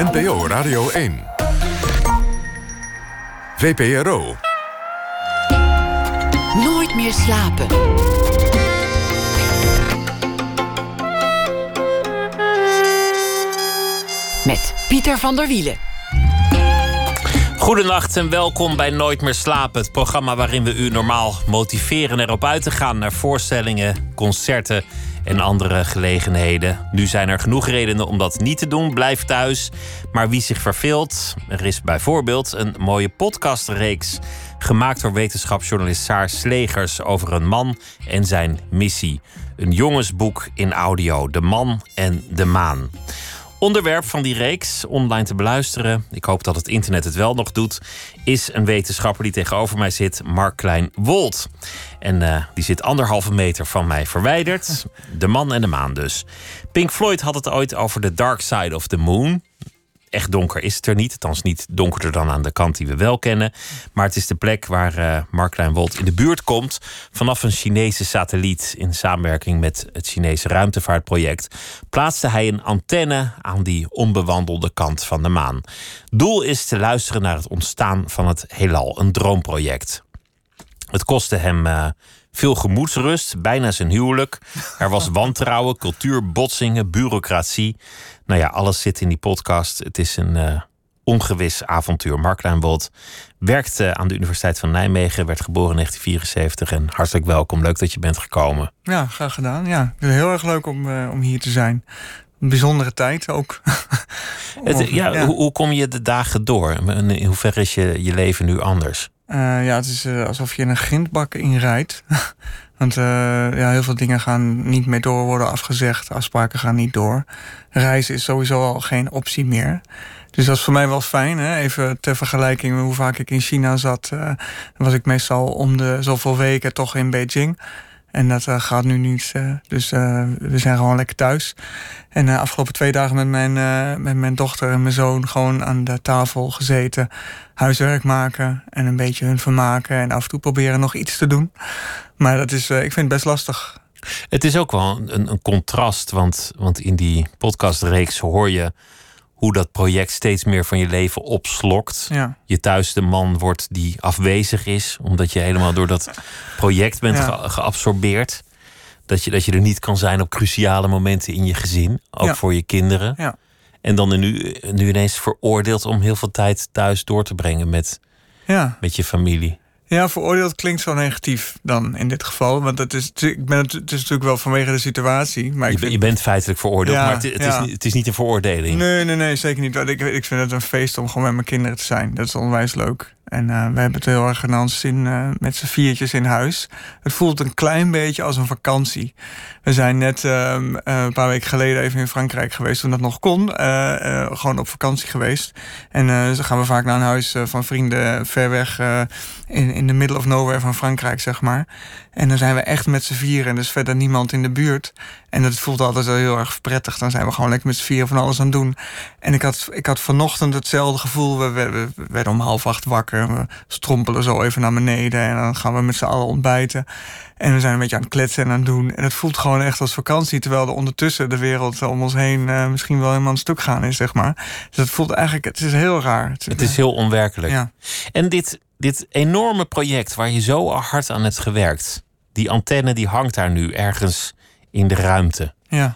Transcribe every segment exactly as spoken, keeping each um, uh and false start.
N P O Radio één. V P R O. Nooit meer slapen. Met Pieter van der Wielen. Goedenacht en welkom bij Nooit meer slapen. Het programma waarin we u normaal motiveren erop uit te gaan naar voorstellingen, concerten en andere gelegenheden. Nu zijn er genoeg redenen om dat niet te doen. Blijf thuis. Maar wie zich verveelt, er is bijvoorbeeld een mooie podcastreeks gemaakt door wetenschapsjournalist Saar Slegers over een man en zijn missie. Een jongensboek in audio, De Man en de Maan. Onderwerp van die reeks, online te beluisteren, ik hoop dat het internet het wel nog doet, is een wetenschapper die tegenover mij zit, Mark Klein-Wolt. En uh, die zit anderhalve meter van mij verwijderd. De man en de maan dus. Pink Floyd had het ooit over The Dark Side of the Moon. Echt donker is het er niet. Althans niet donkerder dan aan de kant die we wel kennen. Maar het is de plek waar uh, Mark Klein-Wolt in de buurt komt vanaf een Chinese satelliet. In samenwerking met het Chinese ruimtevaartproject plaatste hij een antenne aan die onbewandelde kant van de maan. Doel is te luisteren naar het ontstaan van het heelal. Een droomproject. Het kostte hem uh, veel gemoedsrust, bijna zijn huwelijk. Er was wantrouwen, cultuurbotsingen, bureaucratie. Nou ja, alles zit in die podcast. Het is een uh, ongewis avontuur. Mark Klein-Wolt werkte aan de Universiteit van Nijmegen, werd geboren in negentien vierenzeventig en hartelijk welkom. Leuk dat je bent gekomen. Ja, graag gedaan. Ja, het is heel erg leuk om, uh, om hier te zijn. Een bijzondere tijd ook. Het, ja, ja. Hoe, hoe kom je de dagen door? In hoeverre is je, je leven nu anders? Uh, ja, het is uh, alsof je in een grindbak inrijdt. Want uh, ja, heel veel dingen gaan niet meer door, worden afgezegd. Afspraken gaan niet door. Reizen is sowieso al geen optie meer. Dus dat is voor mij wel fijn. Hè? Even ter vergelijking met hoe vaak ik in China zat. Uh, was ik meestal om de zoveel weken toch in Beijing. En dat uh, gaat nu niet. Uh, dus uh, we zijn gewoon lekker thuis. En de uh, afgelopen twee dagen met mijn, uh, met mijn dochter en mijn zoon gewoon aan de tafel gezeten. Huiswerk maken en een beetje hun vermaken. En af en toe proberen nog iets te doen. Maar dat is, uh, ik vind het best lastig. Het is ook wel een, een contrast. Want, want in die podcastreeks hoor je hoe dat project steeds meer van je leven opslokt. Ja. Je thuis de man wordt die afwezig is, omdat je helemaal door dat project bent ja. ge- geabsorbeerd. Dat je, dat je er niet kan zijn op cruciale momenten in je gezin. Ook ja. voor je kinderen. Ja. En dan nu, nu ineens veroordeeld om heel veel tijd thuis door te brengen met, ja. met je familie. Ja, veroordeeld klinkt zo negatief dan in dit geval. Want het is, ik ben het, het is natuurlijk wel vanwege de situatie. Maar je, ik vind, je bent feitelijk veroordeeld, ja, maar het, het, ja. is, het is niet een veroordeling. Nee, nee, nee, zeker niet. Ik, ik vind het een feest om gewoon met mijn kinderen te zijn. Dat is onwijs leuk. En uh, we hebben het heel erg naar ons zin uh, met z'n viertjes in huis. Het voelt een klein beetje als een vakantie. We zijn net uh, uh, een paar weken geleden even in Frankrijk geweest toen dat nog kon. Uh, uh, gewoon op vakantie geweest. En uh, dan gaan we vaak naar een huis uh, van vrienden ver weg uh, in, in de middle of nowhere van Frankrijk, zeg maar. En dan zijn we echt met z'n vieren en dus verder niemand in de buurt. En dat voelt altijd wel heel erg prettig. Dan zijn we gewoon lekker met z'n vieren van alles aan het doen. En ik had, ik had vanochtend hetzelfde gevoel. We, we, we werden om half acht wakker. We strompelen zo even naar beneden. En dan gaan we met z'n allen ontbijten. En we zijn een beetje aan het kletsen en aan het doen. En het voelt gewoon echt als vakantie. Terwijl er ondertussen de wereld om ons heen uh, misschien wel helemaal een stuk gaan is, zeg maar. Dus het voelt eigenlijk, het is heel raar. Het, het is heel onwerkelijk. Ja. En dit, dit enorme project waar je zo hard aan hebt gewerkt. Die antenne die hangt daar nu ergens in de ruimte. Ja.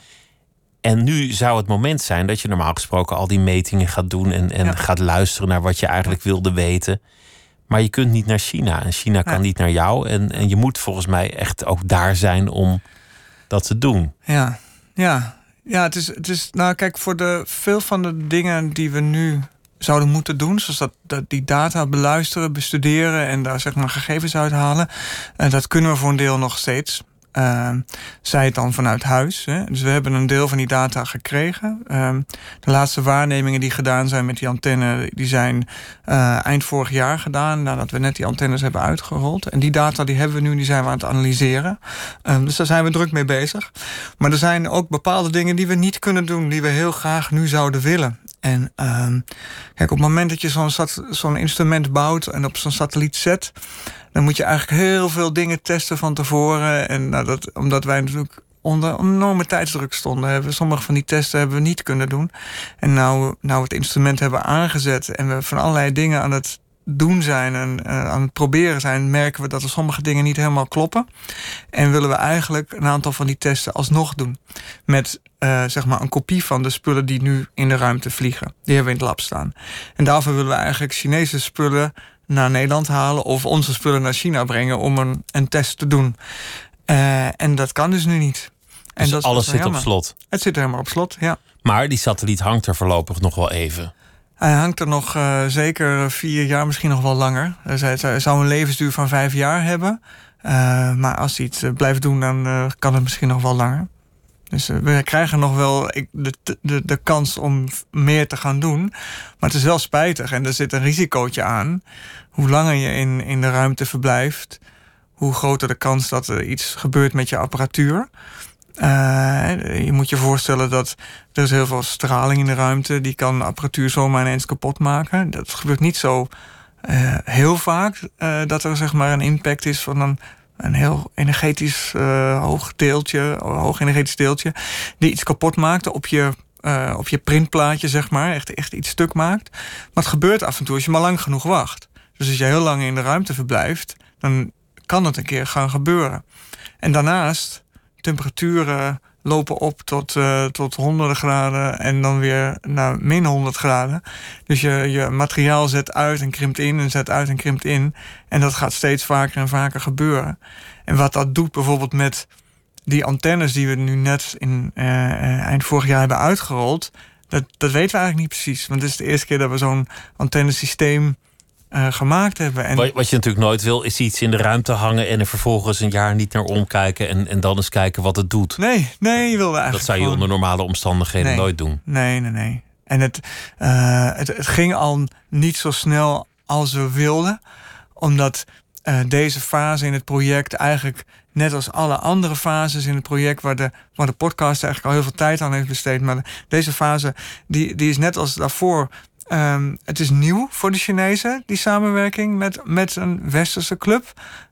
En nu zou het moment zijn dat je normaal gesproken al die metingen gaat doen en, en ja. gaat luisteren naar wat je eigenlijk wilde weten. Maar je kunt niet naar China en China kan ja. niet naar jou. En, en je moet volgens mij echt ook daar zijn om dat te doen. Ja, ja. ja het is, het is, nou kijk, voor de, veel van de dingen die we nu zouden moeten doen, zoals dat, dat die data beluisteren, bestuderen en daar zeg maar gegevens uithalen, uh, dat kunnen we voor een deel nog steeds. Uh, zij het dan vanuit huis. Hè. Dus we hebben een deel van die data gekregen. Uh, de laatste waarnemingen die gedaan zijn met die antenne, die zijn uh, eind vorig jaar gedaan, nadat we net die antennes hebben uitgerold. En die data die hebben we nu, die zijn we aan het analyseren. Uh, dus daar zijn we druk mee bezig. Maar er zijn ook bepaalde dingen die we niet kunnen doen, die we heel graag nu zouden willen. En uh, kijk, op het moment dat je zo'n, sat- zo'n instrument bouwt en op zo'n satelliet zet, dan moet je eigenlijk heel veel dingen testen van tevoren. En nou, dat, omdat wij natuurlijk onder enorme tijdsdruk stonden. Hebben sommige van die testen hebben we niet kunnen doen. En nou, nou we het instrument hebben aangezet en we van allerlei dingen aan het doen zijn en uh, aan het proberen zijn, merken we dat er sommige dingen niet helemaal kloppen. En willen we eigenlijk een aantal van die testen alsnog doen. Met uh, zeg maar een kopie van de spullen die nu in de ruimte vliegen. Die hebben we in het lab staan. En daarvoor willen we eigenlijk Chinese spullen naar Nederland halen of onze spullen naar China brengen om een, een test te doen. Uh, en dat kan dus nu niet. En dus dat alles zit jammer. op slot? Het zit helemaal op slot, ja. Maar die satelliet hangt er voorlopig nog wel even. Hij hangt er nog uh, zeker vier jaar, misschien nog wel langer. Hij zou een levensduur van vijf jaar hebben. Uh, maar als hij het uh, blijft doen, dan uh, kan het misschien nog wel langer. Dus uh, we krijgen nog wel de, de, de kans om meer te gaan doen. Maar het is wel spijtig en er zit een risicootje aan. Hoe langer je in, in de ruimte verblijft, hoe groter de kans dat er iets gebeurt met je apparatuur. Uh, je moet je voorstellen dat er is heel veel straling in de ruimte. Die kan de apparatuur zomaar ineens kapot maken. Dat gebeurt niet zo uh, heel vaak. Uh, dat er zeg maar een impact is van een, een heel energetisch uh, hoog deeltje, hoog energetisch deeltje, die iets kapot maakt op je, uh, op je printplaatje, zeg maar. Echt, echt iets stuk maakt. Maar het gebeurt af en toe als je maar lang genoeg wacht. Dus als je heel lang in de ruimte verblijft, dan kan het een keer gaan gebeuren. En daarnaast, temperaturen lopen op tot, uh, tot honderden graden en dan weer naar min honderd graden. Dus je, je materiaal zet uit en krimpt in en zet uit en krimpt in. En dat gaat steeds vaker en vaker gebeuren. En wat dat doet bijvoorbeeld met die antennes die we nu net in uh, eind vorig jaar hebben uitgerold, dat, dat weten we eigenlijk niet precies. Want het is de eerste keer dat we zo'n antennesysteem Uh, gemaakt hebben. En wat je natuurlijk nooit wil, is iets in de ruimte hangen en er vervolgens een jaar niet naar omkijken en, en dan eens kijken wat het doet. Nee, nee, je wilde eigenlijk dat zou je gewoon onder normale omstandigheden nee, nooit doen. Nee, nee, nee. En het, uh, het, het ging al niet zo snel als we wilden, omdat uh, deze fase in het project eigenlijk net als alle andere fases in het project waar de, waar de podcast eigenlijk al heel veel tijd aan heeft besteed, maar deze fase die, die is net als daarvoor. Um, het is nieuw voor de Chinezen, die samenwerking met, met een westerse club.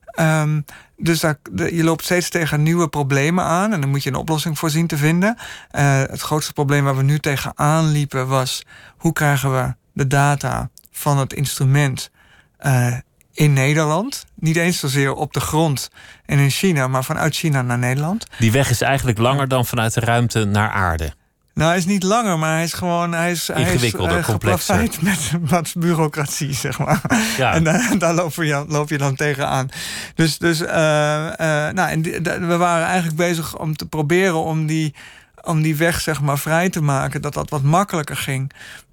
Um, dus daar, de, je loopt steeds tegen nieuwe problemen aan en dan moet je een oplossing voor zien te vinden. Uh, het grootste probleem waar we nu tegenaan liepen was, hoe krijgen we de data van het instrument uh, in Nederland? Niet eens zozeer op de grond en in China, maar vanuit China naar Nederland. Die weg is eigenlijk langer dan vanuit de ruimte naar aarde. Nou, hij is niet langer, maar hij is gewoon hij is, ingewikkelder, hij is, uh, complexer. Met wat bureaucratie, zeg maar. Ja. En uh, daar loop je, loop je dan tegenaan. Dus, dus uh, uh, nou, en die, de, we waren eigenlijk bezig om te proberen om die, om die weg, zeg maar, vrij te maken, dat dat wat makkelijker ging.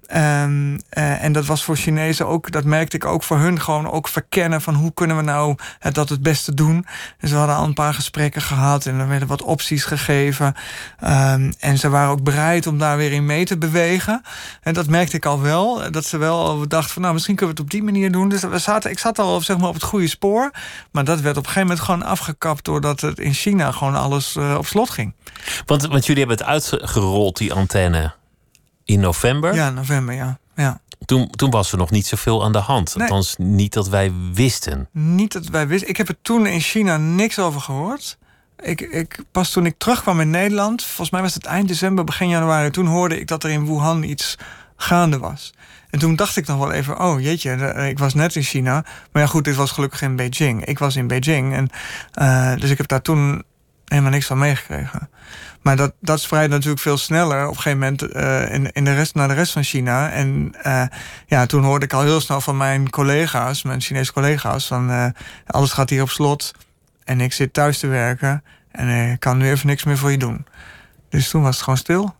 Um, uh, en dat was voor Chinezen ook, dat merkte ik ook voor hun, gewoon ook verkennen van hoe kunnen we nou het, dat het beste doen. En ze hadden al een paar gesprekken gehad en er werden wat opties gegeven. Um, en ze waren ook bereid om daar weer in mee te bewegen. En dat merkte ik al wel, dat ze wel al dachten van nou, misschien kunnen we het op die manier doen. Dus we zaten, ik zat al zeg maar, op het goede spoor. Maar dat werd op een gegeven moment gewoon afgekapt doordat het in China gewoon alles uh, op slot ging. Want, want jullie hebben het uitgerold, die antenne, in november? Ja, november, ja. ja. Toen, toen was er nog niet zoveel aan de hand. Nee. Althans, niet dat wij wisten. Niet dat wij wisten. Ik heb er toen in China niks over gehoord. Ik, ik, pas toen ik terugkwam in Nederland, volgens mij was het eind december, begin januari, toen hoorde ik dat er in Wuhan iets gaande was. En toen dacht ik nog wel even, oh jeetje, ik was net in China. Maar ja goed, dit was gelukkig in Beijing. Ik was in Beijing. En, uh, dus ik heb daar toen helemaal niks van meegekregen. Maar dat, dat spreidde natuurlijk veel sneller op een gegeven moment uh, in, in de rest, naar de rest van China. En uh, ja, toen hoorde ik al heel snel van mijn collega's, mijn Chinese collega's, van uh, alles gaat hier op slot. En ik zit thuis te werken en ik kan nu even niks meer voor je doen. Dus toen was het gewoon stil.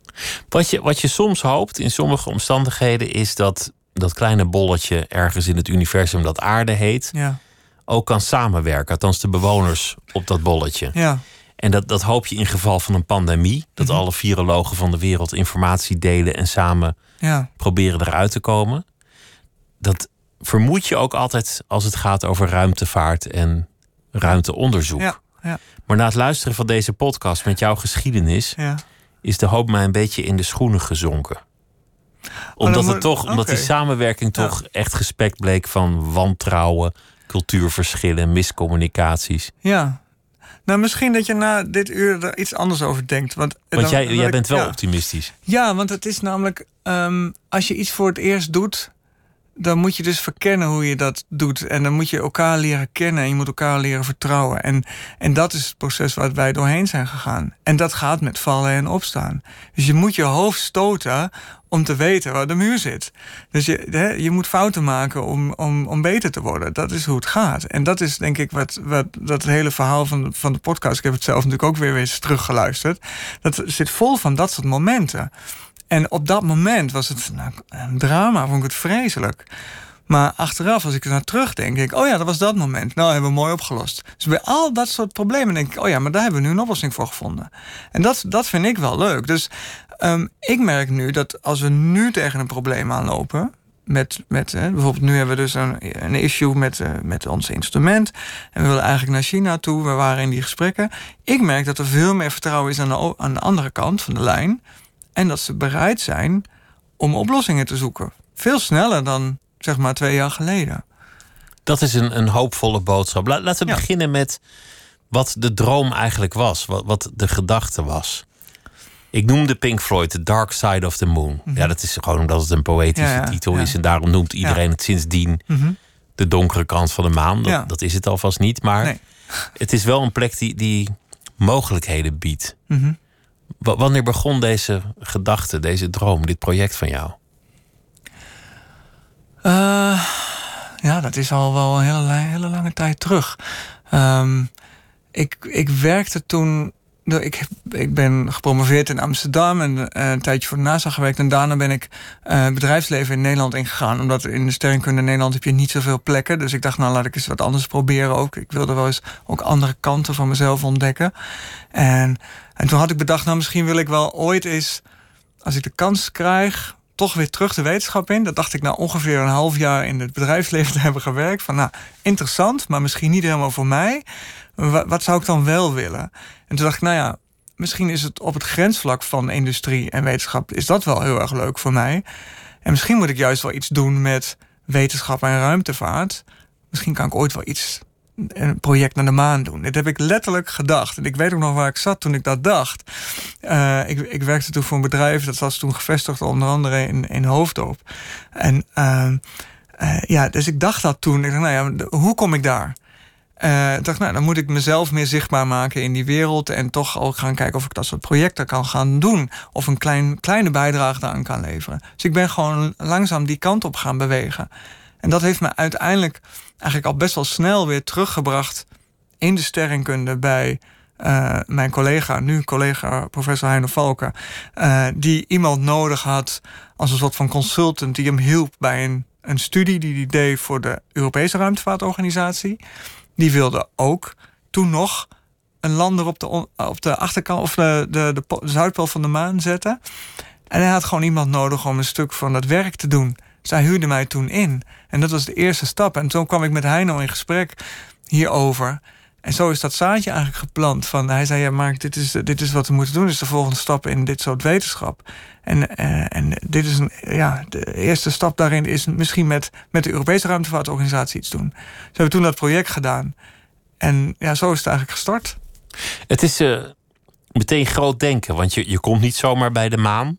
Wat je, wat je soms hoopt in sommige omstandigheden is dat dat kleine bolletje ergens in het universum dat aarde heet, ja. ook kan samenwerken. Althans de bewoners op dat bolletje. Ja. En dat, dat hoop je in geval van een pandemie. Dat mm-hmm. alle virologen van de wereld informatie delen en samen ja. proberen eruit te komen. Dat vermoed je ook altijd als het gaat over ruimtevaart en ruimteonderzoek. Ja. Ja. Maar na het luisteren van deze podcast met jouw geschiedenis, ja. is de hoop mij een beetje in de schoenen gezonken. Omdat, oh, het toch, okay. omdat die samenwerking toch ja. echt gespekt bleek van wantrouwen, cultuurverschillen, miscommunicaties. Ja. Nou, misschien dat je na dit uur er iets anders over denkt. Want, Want dan, jij, dan jij ik, bent wel ja. optimistisch. Ja, want het is namelijk... Um, als je iets voor het eerst doet... dan moet je dus verkennen hoe je dat doet. En dan moet je elkaar leren kennen en je moet elkaar leren vertrouwen. En, en dat is het proces waar wij doorheen zijn gegaan. En dat gaat met vallen en opstaan. Dus je moet je hoofd stoten om te weten waar de muur zit. Dus je, he, je moet fouten maken om, om, om beter te worden. Dat is hoe het gaat. En dat is denk ik wat, wat dat hele verhaal van de, van de podcast... ik heb het zelf natuurlijk ook weer eens teruggeluisterd... dat zit vol van dat soort momenten... En op dat moment was het nou, een drama, vond ik het vreselijk. Maar achteraf, als ik er naar terugdenk, denk ik... oh ja, dat was dat moment. Nou, hebben we mooi opgelost. Dus bij al dat soort problemen denk ik... oh ja, maar daar hebben we nu een oplossing voor gevonden. En dat, dat vind ik wel leuk. Dus um, ik merk nu dat als we nu tegen een probleem aanlopen... met, met eh, bijvoorbeeld nu hebben we dus een, een issue met, uh, met ons instrument... en we willen eigenlijk naar China toe, we waren in die gesprekken. Ik merk dat er veel meer vertrouwen is aan de, aan de andere kant van de lijn... en dat ze bereid zijn om oplossingen te zoeken. Veel sneller dan, zeg maar, twee jaar geleden. Dat is een, een hoopvolle boodschap. La, laten we ja. beginnen met wat de droom eigenlijk was. Wat, wat de gedachte was. Ik noemde Pink Floyd The Dark Side of the Moon. Mm-hmm. Ja, dat is gewoon omdat het een poëtische ja, ja, titel ja. is. En daarom noemt iedereen ja. het sindsdien mm-hmm. de donkere kant van de maan. Dat, ja. dat is het alvast niet. Maar nee. het is wel een plek die, die mogelijkheden biedt. Mm-hmm. Wanneer begon deze gedachte, deze droom, dit project van jou? Uh, ja, dat is al wel een hele, hele lange tijd terug. Um, ik, ik werkte toen... Ik, ik ben gepromoveerd in Amsterdam en uh, een tijdje voor de NASA gewerkt. En daarna ben ik uh, bedrijfsleven in Nederland ingegaan. Omdat in de sterrenkunde in Nederland heb je niet zoveel plekken. Dus ik dacht, nou laat ik eens wat anders proberen ook. Ik wilde wel eens ook andere kanten van mezelf ontdekken. En, en toen had ik bedacht, nou misschien wil ik wel ooit eens... als ik de kans krijg, toch weer terug de wetenschap in. Dat dacht ik na ongeveer een half jaar in het bedrijfsleven te hebben gewerkt. Van nou, interessant, maar misschien niet helemaal voor mij. Wat, wat zou ik dan wel willen? En toen dacht ik, nou ja, misschien is het op het grensvlak van industrie en wetenschap... is dat wel heel erg leuk voor mij. En misschien moet ik juist wel iets doen met wetenschap en ruimtevaart. Misschien kan ik ooit wel iets, een project naar de maan doen. Dit heb ik letterlijk gedacht. En ik weet ook nog waar ik zat toen ik dat dacht. Uh, ik, ik werkte toen voor een bedrijf, dat was toen gevestigd onder andere in, in Hoofddorp. En uh, uh, ja, dus ik dacht dat toen. Ik dacht, nou ja, hoe kom ik daar? Uh, ik dacht, nou, dan moet ik mezelf meer zichtbaar maken in die wereld... en toch ook gaan kijken of ik dat soort projecten kan gaan doen... of een klein, kleine bijdrage daaraan kan leveren. Dus ik ben gewoon langzaam die kant op gaan bewegen. En dat heeft me uiteindelijk eigenlijk al best wel snel weer teruggebracht... in de sterrenkunde bij uh, mijn collega, nu collega professor Heino Valken... Uh, die iemand nodig had als een soort van consultant... die hem hielp bij een, een studie die hij deed voor de Europese Ruimtevaartorganisatie... Die wilde ook toen nog een lander op de, op de achterkant... of de, de, de, de zuidpool van de maan zetten. En hij had gewoon iemand nodig om een stuk van dat werk te doen. Dus hij huurde mij toen in. En dat was de eerste stap. En toen kwam ik met Heino in gesprek hierover. En zo is dat zaadje eigenlijk geplant. Van, hij zei, ja Mark, dit is, dit is wat we moeten doen. Dit is de volgende stap in dit soort wetenschap. En, uh, en dit is een, ja, de eerste stap daarin is misschien met, met de Europese Ruimtevaartorganisatie iets doen. Dus we hebben toen dat project gedaan. En ja, zo is het eigenlijk gestart. Het is uh, meteen groot denken, want je, je komt niet zomaar bij de maan.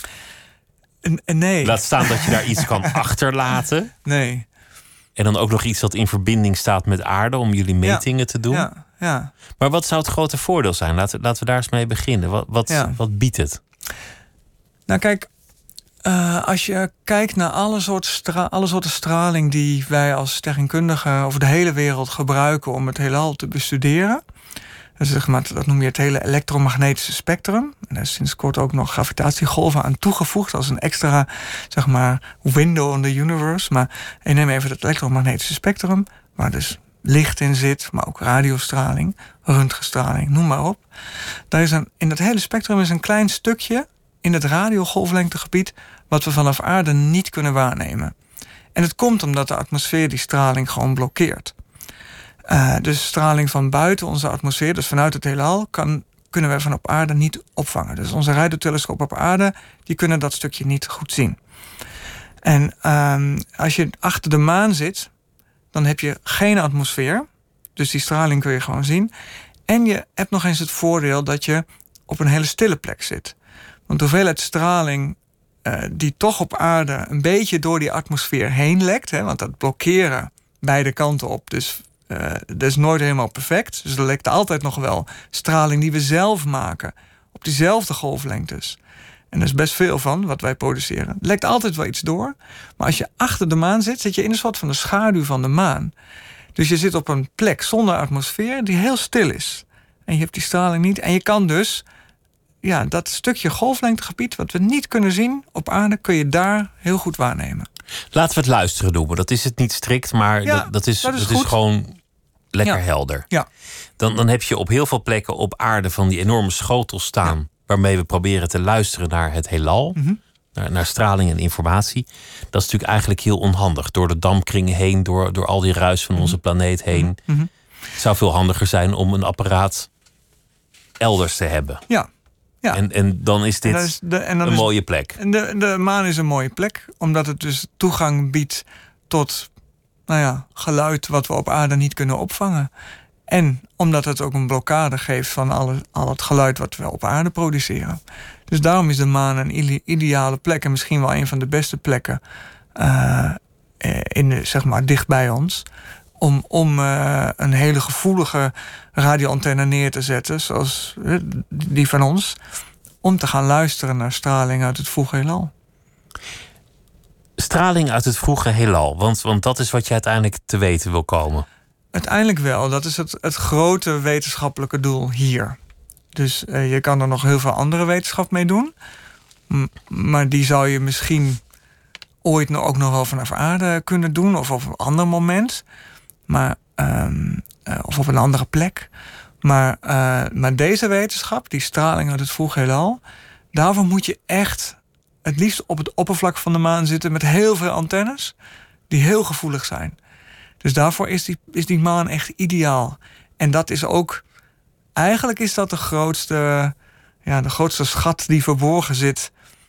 N- nee. Laat staan dat je daar iets kan achterlaten. Nee. En dan ook nog iets dat in verbinding staat met aarde om jullie metingen ja, te doen. Ja, ja. Maar wat zou het grote voordeel zijn? Laten, laten we daar eens mee beginnen. Wat, wat, ja. wat biedt het? Nou kijk, uh, als je kijkt naar alle soorten, stra- alle soorten straling... die wij als sterrenkundigen over de hele wereld gebruiken... om het heelal te bestuderen... Dus zeg maar, dat noem je het hele elektromagnetische spectrum. En daar is sinds kort ook nog gravitatiegolven aan toegevoegd... als een extra, zeg maar, window on the universe. Maar ik neem even het elektromagnetische spectrum... waar dus licht in zit, maar ook radiostraling, röntgenstraling, noem maar op. Daar is een, in dat hele spectrum is een klein stukje... in het radiogolflengtegebied... wat we vanaf aarde niet kunnen waarnemen. En het komt omdat de atmosfeer die straling gewoon blokkeert. Uh, dus straling van buiten onze atmosfeer, dus vanuit het heelal... Kan, kunnen we van op aarde niet opvangen. Dus onze radiotelescopen op aarde... die kunnen dat stukje niet goed zien. En um, als je achter de maan zit... dan heb je geen atmosfeer. Dus die straling kun je gewoon zien. En je hebt nog eens het voordeel dat je op een hele stille plek zit. Want de hoeveelheid straling uh, die toch op aarde een beetje door die atmosfeer heen lekt, hè, want dat blokkeren beide kanten op. Dus uh, dat is nooit helemaal perfect. Dus er lekt altijd nog wel straling die we zelf maken op diezelfde golflengtes. En er is best veel van wat wij produceren. Er lekt altijd wel iets door. Maar als je achter de maan zit, zit je in een soort van de schaduw van de maan. Dus je zit op een plek zonder atmosfeer die heel stil is. En je hebt die straling niet. En je kan dus ja, dat stukje golflengtegebied wat we niet kunnen zien op aarde, kun je daar heel goed waarnemen. Laten we het luisteren noemen. Dat is het niet strikt, maar Ja, dat, dat, is, dat is dat is goed. gewoon lekker Ja. helder. Ja. Dan, dan heb je op heel veel plekken op aarde van die enorme schotels staan, ja, waarmee we proberen te luisteren naar het heelal, Mm-hmm. naar, naar straling en informatie. Dat is natuurlijk eigenlijk heel onhandig. Door de dampkringen heen, door, door al die ruis van onze planeet heen. Mm-hmm. Het zou veel handiger zijn om een apparaat elders te hebben. Ja. Ja. En, en dan is dit En dan is de, en dan een is, mooie plek. En de, de maan is een mooie plek, omdat het dus toegang biedt tot nou ja, geluid wat we op aarde niet kunnen opvangen. En omdat het ook een blokkade geeft van alle, al het geluid wat we op aarde produceren. Dus daarom is de maan een ide- ideale plek en misschien wel een van de beste plekken uh, in de, zeg maar, dicht bij ons. Om, om uh, een hele gevoelige radioantenne neer te zetten, zoals uh, die van ons, om te gaan luisteren naar straling uit het vroege heelal. Straling uit het vroege heelal, want, want dat is wat je uiteindelijk te weten wil komen. Uiteindelijk wel. Dat is het, het grote wetenschappelijke doel hier. Dus uh, je kan er nog heel veel andere wetenschap mee doen. M- maar die zou je misschien ooit nog, ook nog wel vanaf aarde kunnen doen, of op een ander moment. Maar, um, uh, of op een andere plek. Maar, uh, maar deze wetenschap, die straling uit het vroege heelal, daarvoor moet je echt het liefst op het oppervlak van de maan zitten met heel veel antennes die heel gevoelig zijn. Dus daarvoor is die, is die maan echt ideaal. En dat is ook, eigenlijk is dat de grootste, ja, de grootste schat die verborgen zit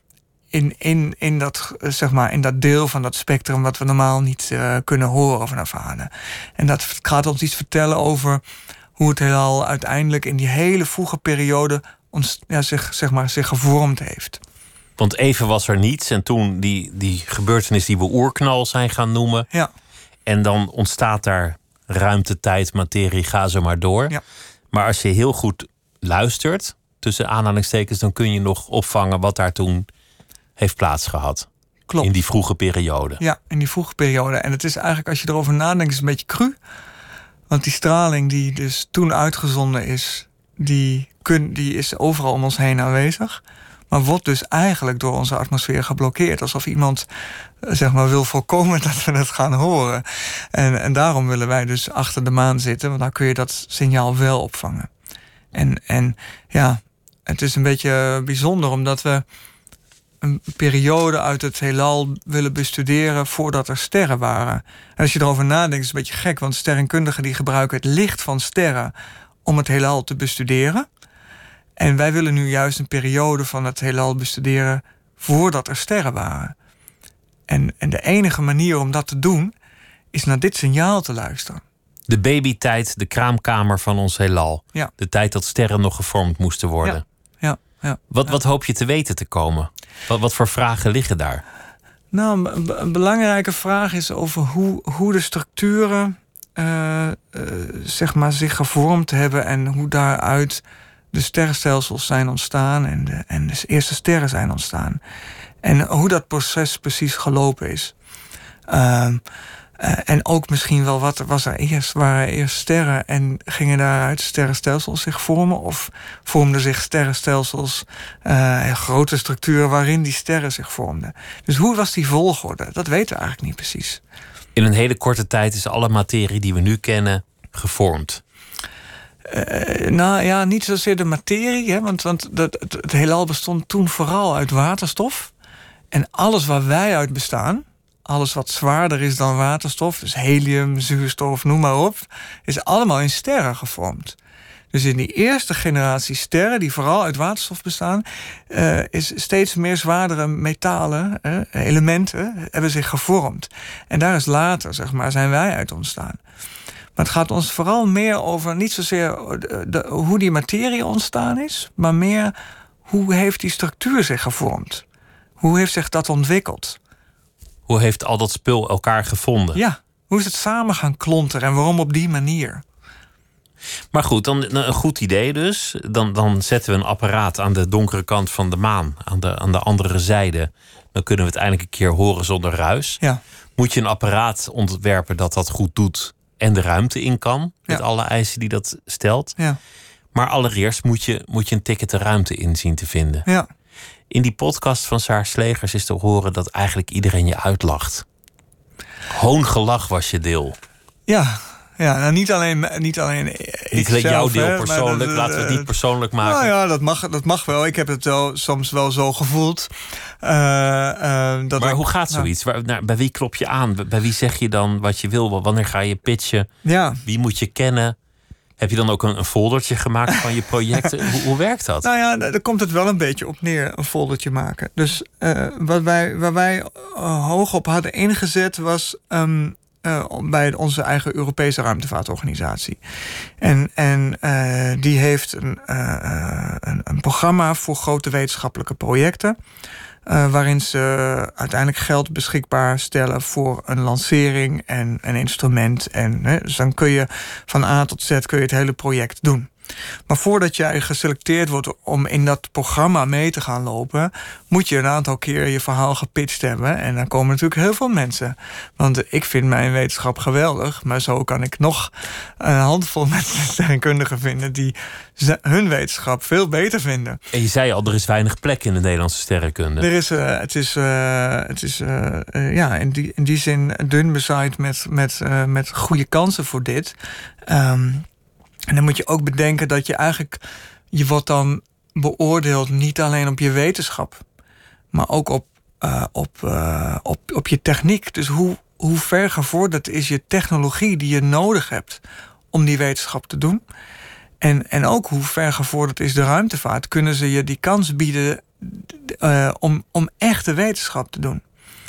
in, in, in, dat, zeg maar, in dat deel van dat spectrum wat we normaal niet uh, kunnen horen vanaf aarde. En dat gaat ons iets vertellen over hoe het heelal uiteindelijk in die hele vroege periode ons, ja, zich, zeg maar, zich gevormd heeft. Want even was er niets en toen die, die gebeurtenis die we oerknal zijn gaan noemen. Ja. En dan ontstaat daar ruimte, tijd, materie, ga zo maar door. Ja. Maar als je heel goed luistert, tussen aanhalingstekens, dan kun je nog opvangen wat daar toen heeft plaatsgehad. Klopt. In die vroege periode. Ja, in die vroege periode. En het is eigenlijk, als je erover nadenkt, is een beetje cru. Want die straling die dus toen uitgezonden is, die, kun, die is overal om ons heen aanwezig. Maar wordt dus eigenlijk door onze atmosfeer geblokkeerd. Alsof iemand, zeg maar, wil voorkomen dat we het gaan horen. En, en daarom willen wij dus achter de maan zitten. Want dan kun je dat signaal wel opvangen. En, en ja, het is een beetje bijzonder omdat we een periode uit het heelal willen bestuderen voordat er sterren waren. En als je erover nadenkt, is het een beetje gek. Want sterrenkundigen die gebruiken het licht van sterren om het heelal te bestuderen. En wij willen nu juist een periode van het heelal bestuderen voordat er sterren waren. En, en de enige manier om dat te doen is naar dit signaal te luisteren. De babytijd, de kraamkamer van ons heelal. Ja. De tijd dat sterren nog gevormd moesten worden. Ja, ja. Wat, ja. wat hoop je te weten te komen? Wat, wat voor vragen liggen daar? Nou, een, een belangrijke vraag is over hoe, hoe de structuren uh, uh, zeg maar zich gevormd hebben en hoe daaruit de sterrenstelsels zijn ontstaan en de, en de eerste sterren zijn ontstaan. En hoe dat proces precies gelopen is. Uh, uh, en ook misschien wel wat was er eerst. Waren er eerst sterren en gingen daaruit sterrenstelsels zich vormen? Of vormden zich sterrenstelsels, uh, grote structuren waarin die sterren zich vormden? Dus hoe was die volgorde? Dat weten we eigenlijk niet precies. In een hele korte tijd is alle materie die we nu kennen gevormd. Uh, nou ja, niet zozeer de materie, hè, want, want dat, het, het heelal bestond toen vooral uit waterstof. En alles waar wij uit bestaan, alles wat zwaarder is dan waterstof, dus helium, zuurstof, noem maar op, is allemaal in sterren gevormd. Dus in die eerste generatie sterren, die vooral uit waterstof bestaan, uh, is steeds meer zwaardere metalen, uh, elementen, hebben zich gevormd. En daar is later, zeg maar, zijn wij uit ontstaan. Maar het gaat ons vooral meer over niet zozeer de, de, hoe die materie ontstaan is, maar meer hoe heeft die structuur zich gevormd? Hoe heeft zich dat ontwikkeld? Hoe heeft al dat spul elkaar gevonden? Ja, hoe is het samen gaan klonteren en waarom op die manier? Maar goed, dan een goed idee dus. Dan, dan zetten we een apparaat aan de donkere kant van de maan, aan de, aan de andere zijde. Dan kunnen we het eindelijk een keer horen zonder ruis. Ja. Moet je een apparaat ontwerpen dat dat goed doet en de ruimte in kan, met Ja. alle eisen die dat stelt. Ja. Maar allereerst moet je, moet je een ticket de ruimte in zien te vinden. Ja. In die podcast van Saar Slegers is te horen dat eigenlijk iedereen je uitlacht. Hoongelach was je deel. Ja. Ja, nou niet alleen, niet alleen ik Niet alleen jouw zelf, deel hè, persoonlijk, maar dat, laten we het uh, niet persoonlijk maken. Nou ja, dat mag, dat mag wel. Ik heb het wel, soms wel zo gevoeld. Uh, uh, dat maar ik, hoe gaat nou, zoiets? Waar, naar, bij wie klop je aan? Bij wie zeg je dan wat je wil? Wanneer ga je pitchen? Ja. Wie moet je kennen? Heb je dan ook een, een foldertje gemaakt van je projecten? hoe, hoe werkt dat? Nou ja, daar komt het wel een beetje op neer, een foldertje maken. Dus uh, wat wij, waar wij uh, hoog op hadden ingezet was Um, Uh, bij onze eigen Europese ruimtevaartorganisatie. En, en uh, die heeft een, uh, een, een programma voor grote wetenschappelijke projecten, Uh, waarin ze uiteindelijk geld beschikbaar stellen voor een lancering en een instrument. En, hè, dus dan kun je van A tot Z kun je het hele project doen. Maar voordat jij geselecteerd wordt om in dat programma mee te gaan lopen, moet je een aantal keer je verhaal gepitcht hebben. En dan komen natuurlijk heel veel mensen. Want ik vind mijn wetenschap geweldig, maar zo kan ik nog een handvol mensen sterrenkundigen vinden die hun wetenschap veel beter vinden. En je zei al, er is weinig plek in de Nederlandse sterrenkunde. Er is, uh, het is, uh, het is uh, uh, ja, in, die, in die zin dun bezaaid met, met, uh, met goede kansen voor dit. Um, En dan moet je ook bedenken dat je eigenlijk, je wordt dan beoordeeld niet alleen op je wetenschap, maar ook op, uh, op, uh, op, op je techniek. Dus hoe, hoe ver gevorderd is je technologie die je nodig hebt om die wetenschap te doen? En, en ook hoe ver gevorderd is de ruimtevaart? Kunnen ze je die kans bieden uh, om, om echte wetenschap te doen?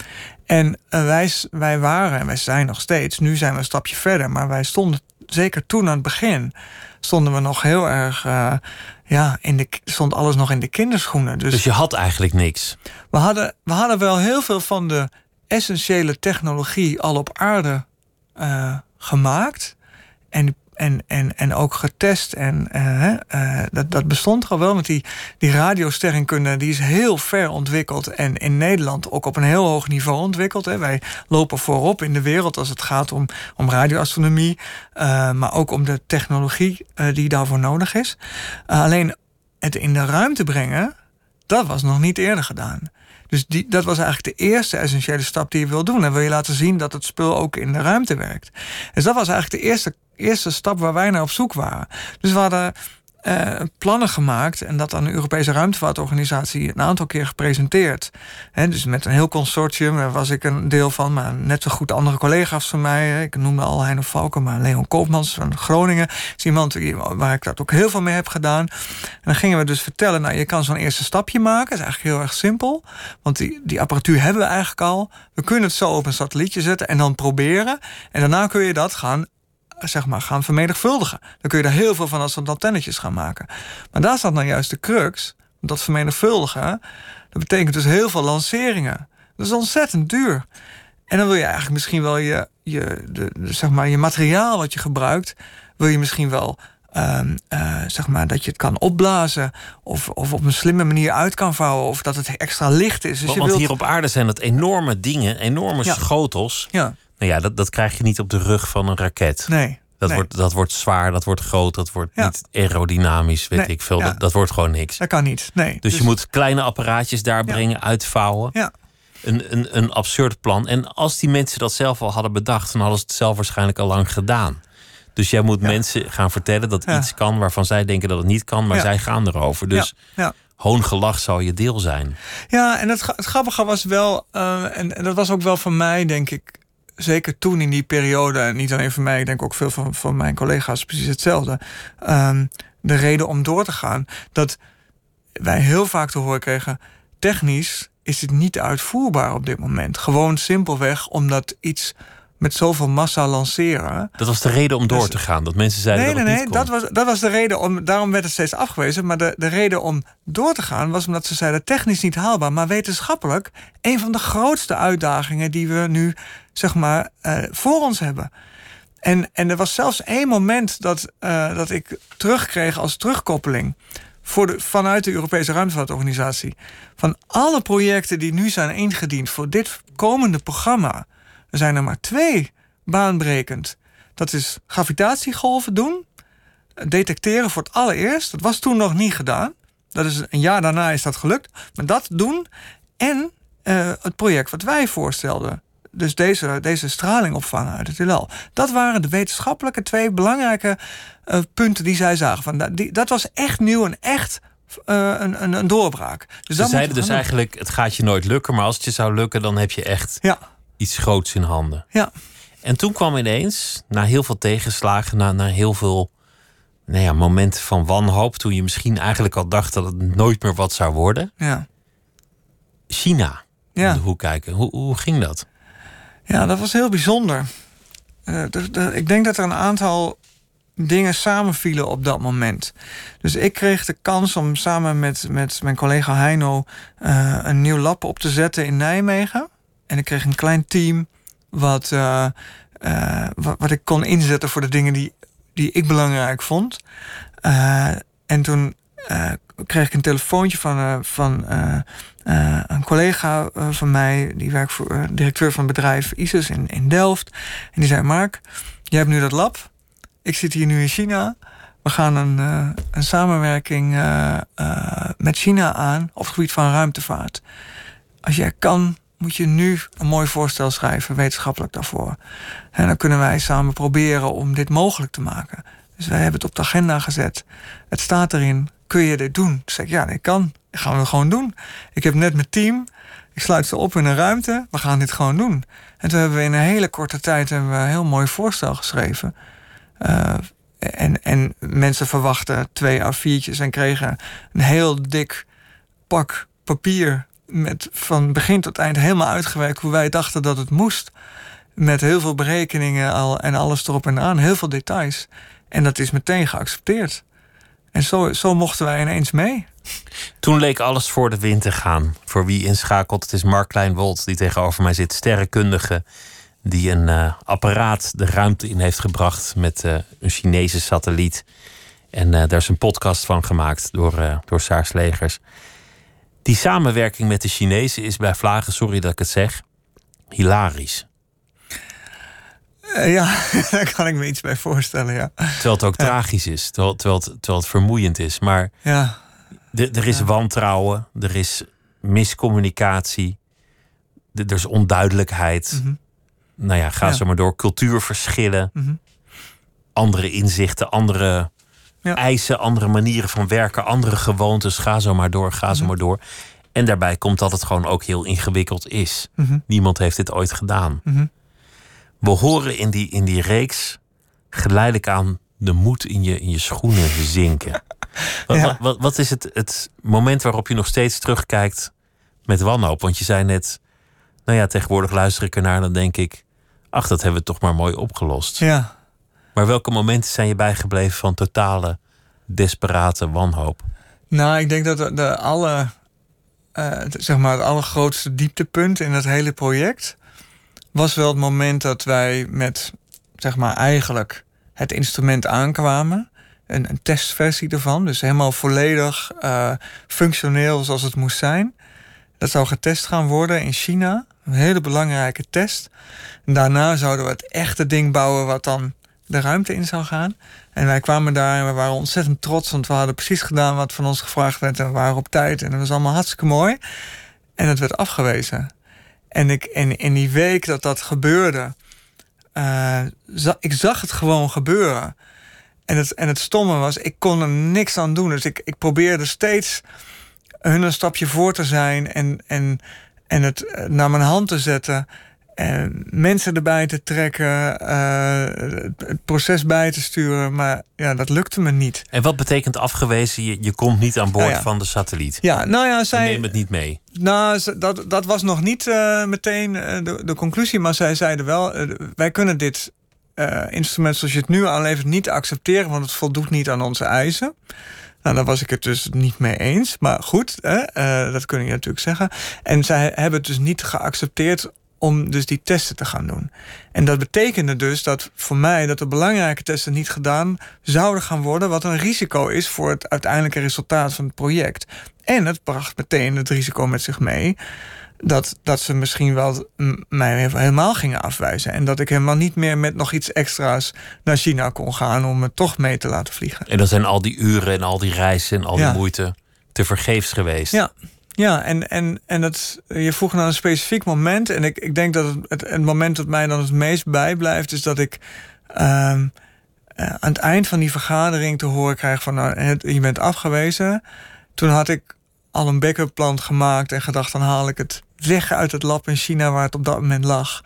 En uh, wij, wij waren, en wij zijn nog steeds, nu zijn we een stapje verder, maar wij stonden zeker toen aan het begin, stonden we nog heel erg, uh, ja, in de, stond alles nog in de kinderschoenen. Dus, dus je had eigenlijk niks? We hadden, we hadden wel heel veel van de essentiële technologie al op aarde uh, gemaakt. En En, en, en ook getest. En uh, uh, dat, dat bestond al wel. Want die, die radiosterrenkunde die is heel ver ontwikkeld. En in Nederland ook op een heel hoog niveau ontwikkeld. Hè. Wij lopen voorop in de wereld als het gaat om, om radioastronomie. Uh, maar ook om de technologie uh, die daarvoor nodig is. Uh, alleen het in de ruimte brengen, dat was nog niet eerder gedaan. Dus die, dat was eigenlijk de eerste essentiële stap die je wil doen. En wil je laten zien dat het spul ook in de ruimte werkt. Dus dat was eigenlijk de eerste, eerste stap waar wij naar op zoek waren. Dus we hadden uh, plannen gemaakt en dat aan de Europese Ruimtevaartorganisatie een aantal keer gepresenteerd. He, dus met een heel consortium, daar was ik een deel van, maar net zo goed andere collega's van mij. Ik noemde al Heino Valken, maar Leon Koopmans van Groningen is iemand waar ik dat ook heel veel mee heb gedaan. En dan gingen we dus vertellen, nou, je kan zo'n eerste stapje maken. Dat is eigenlijk heel erg simpel, want die, die apparatuur hebben we eigenlijk al. We kunnen het zo op een satellietje zetten en dan proberen. En daarna kun je dat gaan zeg maar, gaan vermenigvuldigen. Dan kun je er heel veel van als soort antennetjes gaan maken. Maar daar staat nou juist de crux. Dat vermenigvuldigen, dat betekent dus heel veel lanceringen. Dat is ontzettend duur. En dan wil je eigenlijk misschien wel je, je, de, de, zeg maar, je materiaal wat je gebruikt, wil je misschien wel Um, uh, zeg maar, dat je het kan opblazen of, of op een slimme manier uit kan vouwen of dat het extra licht is. Dus want je wilt... hier op aarde zijn dat enorme dingen, enorme ja. schotels. Ja. Nou ja, dat, dat krijg je niet op de rug van een raket. Nee. Dat, nee. wordt, dat wordt zwaar, dat wordt groot, dat wordt ja. niet aerodynamisch, weet nee. ik veel. Ja. Dat, dat wordt gewoon niks. Dat kan niet, nee. Dus, dus je moet kleine apparaatjes daar ja. brengen, uitvouwen. Ja. Een, een, een absurd plan. En als die mensen dat zelf al hadden bedacht, dan hadden ze het zelf waarschijnlijk al lang gedaan. Dus jij moet ja. mensen gaan vertellen dat ja. iets kan waarvan zij denken dat het niet kan, maar ja. zij gaan erover. Dus ja. Ja. hoongelach zou je deel zijn. Ja, en het, het grappige was wel, uh, en, en dat was ook wel voor mij, denk ik, zeker toen in die periode, en niet alleen voor mij, ik denk ook veel van, van mijn collega's precies hetzelfde, um, de reden om door te gaan, dat wij heel vaak te horen kregen, technisch is het niet uitvoerbaar op dit moment. Gewoon simpelweg omdat iets met zoveel massa lanceren. Dat was de reden om door Dus- te gaan. Dat mensen zeiden Nee, dat nee, het nee. niet kon. Dat was, dat was de reden om. Daarom werd het steeds afgewezen. Maar de, de reden om door te gaan was omdat ze zeiden: technisch niet haalbaar, maar wetenschappelijk een van de grootste uitdagingen die we nu, zeg maar, uh, voor ons hebben. En, en er was zelfs één moment dat, uh, dat ik terugkreeg als terugkoppeling voor de, vanuit de Europese Ruimtevaartorganisatie. Van alle projecten die nu zijn ingediend voor dit komende programma, er zijn er maar twee baanbrekend. Dat is gravitatiegolven doen, detecteren voor het allereerst. Dat was toen nog niet gedaan. Dat is een jaar daarna is dat gelukt. Maar dat doen en uh, het project wat wij voorstelden. Dus deze, deze straling opvangen uit het heelal. Dat waren de wetenschappelijke twee belangrijke uh, punten die zij zagen. Van, dat, die, dat was echt nieuw en echt uh, een, een, een doorbraak. Dus Ze zeiden dus eigenlijk, het gaat je nooit lukken, maar als het je zou lukken, dan heb je echt ja. iets groots in handen. Ja. En toen kwam ineens, na heel veel tegenslagen, na, na heel veel nou ja, momenten van wanhoop, toen je misschien eigenlijk al dacht dat het nooit meer wat zou worden. Ja. China. Ja. Om de hoek kijken. Hoe, hoe ging dat? Ja, dat was heel bijzonder. Uh, de, de, ik denk dat er een aantal dingen samenvielen op dat moment. Dus ik kreeg de kans om samen met, met mijn collega Heino uh, een nieuw lab op te zetten in Nijmegen. En ik kreeg een klein team wat, uh, uh, wat, wat ik kon inzetten voor de dingen die, die ik belangrijk vond. Uh, en toen uh, kreeg ik een telefoontje van, uh, van uh, uh, een collega uh, van mij, die werkt voor uh, directeur van het bedrijf ISIS in, in Delft. En die zei: Mark, jij hebt nu dat lab. Ik zit hier nu in China. We gaan een, uh, een samenwerking uh, uh, met China aan op het gebied van ruimtevaart. Als jij kan, moet je nu een mooi voorstel schrijven, wetenschappelijk daarvoor. En dan kunnen wij samen proberen om dit mogelijk te maken. Dus wij hebben het op de agenda gezet. Het staat erin, kun je dit doen? Toen zei ik, ja, ik kan. Dat gaan we gewoon doen. Ik heb net mijn team. Ik sluit ze op in een ruimte. We gaan dit gewoon doen. En toen hebben we in een hele korte tijd hebben we een heel mooi voorstel geschreven. Uh, en, en mensen verwachten twee A viertjes en kregen een heel dik pak papier met van begin tot eind helemaal uitgewerkt hoe wij dachten dat het moest. Met heel veel berekeningen al en alles erop en aan. Heel veel details. En dat is meteen geaccepteerd. En zo, zo mochten wij ineens mee. Toen leek alles voor de wind te gaan. Voor wie inschakelt, het is Mark Kleinwold die tegenover mij zit. Sterrenkundige die een uh, apparaat de ruimte in heeft gebracht met uh, een Chinese satelliet. En uh, daar is een podcast van gemaakt door, uh, door Saar Slegers. Die samenwerking met de Chinezen is bij vlagen, sorry dat ik het zeg, hilarisch. Uh, ja, daar kan ik me iets bij voorstellen, ja. Terwijl het ook ja. tragisch is, terwijl, terwijl, het, terwijl het vermoeiend is. Maar ja. de, er is ja. wantrouwen, er is miscommunicatie, de, er is onduidelijkheid. Mm-hmm. Nou ja, ga ja. zo maar door. Cultuurverschillen, mm-hmm. andere inzichten, andere ja. eisen, andere manieren van werken, andere gewoontes. Ga zo maar door, ga mm-hmm. zo maar door. En daarbij komt dat het gewoon ook heel ingewikkeld is. Mm-hmm. Niemand heeft dit ooit gedaan. Mm-hmm. We horen in die, in die reeks geleidelijk aan de moed in je, in je schoenen zinken. Wat, ja. wat, wat, wat is het, het moment waarop je nog steeds terugkijkt met wanhoop? Want je zei net, nou ja, tegenwoordig luister ik ernaar en dan denk ik, ach, dat hebben we toch maar mooi opgelost. Ja. Maar welke momenten zijn je bijgebleven van totale, desperate wanhoop? Nou, ik denk dat de, de alle, uh, zeg maar, het allergrootste dieptepunt in het hele project was wel het moment dat wij met, zeg maar, eigenlijk het instrument aankwamen. Een, een testversie ervan, dus helemaal volledig uh, functioneel zoals het moest zijn. Dat zou getest gaan worden in China. Een hele belangrijke test. En daarna zouden we het echte ding bouwen wat dan de ruimte in zou gaan. En wij kwamen daar en we waren ontzettend trots, want we hadden precies gedaan wat van ons gevraagd werd en we waren op tijd en dat was allemaal hartstikke mooi. En het werd afgewezen. En ik, in, in die week dat dat gebeurde, uh, za- ik zag het gewoon gebeuren. En het, en het stomme was, ik kon er niks aan doen. Dus ik, ik probeerde steeds hun een stapje voor te zijn en, en, en het naar mijn hand te zetten. uh, mensen erbij te trekken, uh, het proces bij te sturen. Maar ja, dat lukte me niet. En wat betekent afgewezen? Je, je komt niet aan boord nou ja. van de satelliet. Ja, nou ja, zij neem het niet mee. Nou, dat, dat was nog niet uh, meteen uh, de, de conclusie. Maar zij zeiden wel, uh, wij kunnen dit uh, instrument zoals je het nu aanlevert niet accepteren, want het voldoet niet aan onze eisen. Nou, daar was ik het dus niet mee eens. Maar goed, hè, uh, dat kun je natuurlijk zeggen. En zij hebben het dus niet geaccepteerd om dus die testen te gaan doen. En dat betekende dus dat voor mij dat de belangrijke testen niet gedaan zouden gaan worden, wat een risico is voor het uiteindelijke resultaat van het project. En het bracht meteen het risico met zich mee dat, dat ze misschien wel mij helemaal gingen afwijzen. En dat ik helemaal niet meer met nog iets extra's naar China kon gaan om me toch mee te laten vliegen. En dan zijn al die uren en al die reizen en al die ja. moeite te vergeefs geweest. Ja, ja en, en, en dat, je vroeg naar een specifiek moment. En ik, ik denk dat het, het, het moment dat mij dan het meest bijblijft is dat ik uh, uh, aan het eind van die vergadering te horen krijg van nou, je bent afgewezen. Toen had ik al een backup plan gemaakt en gedacht, dan haal ik het weg uit het lab in China waar het op dat moment lag.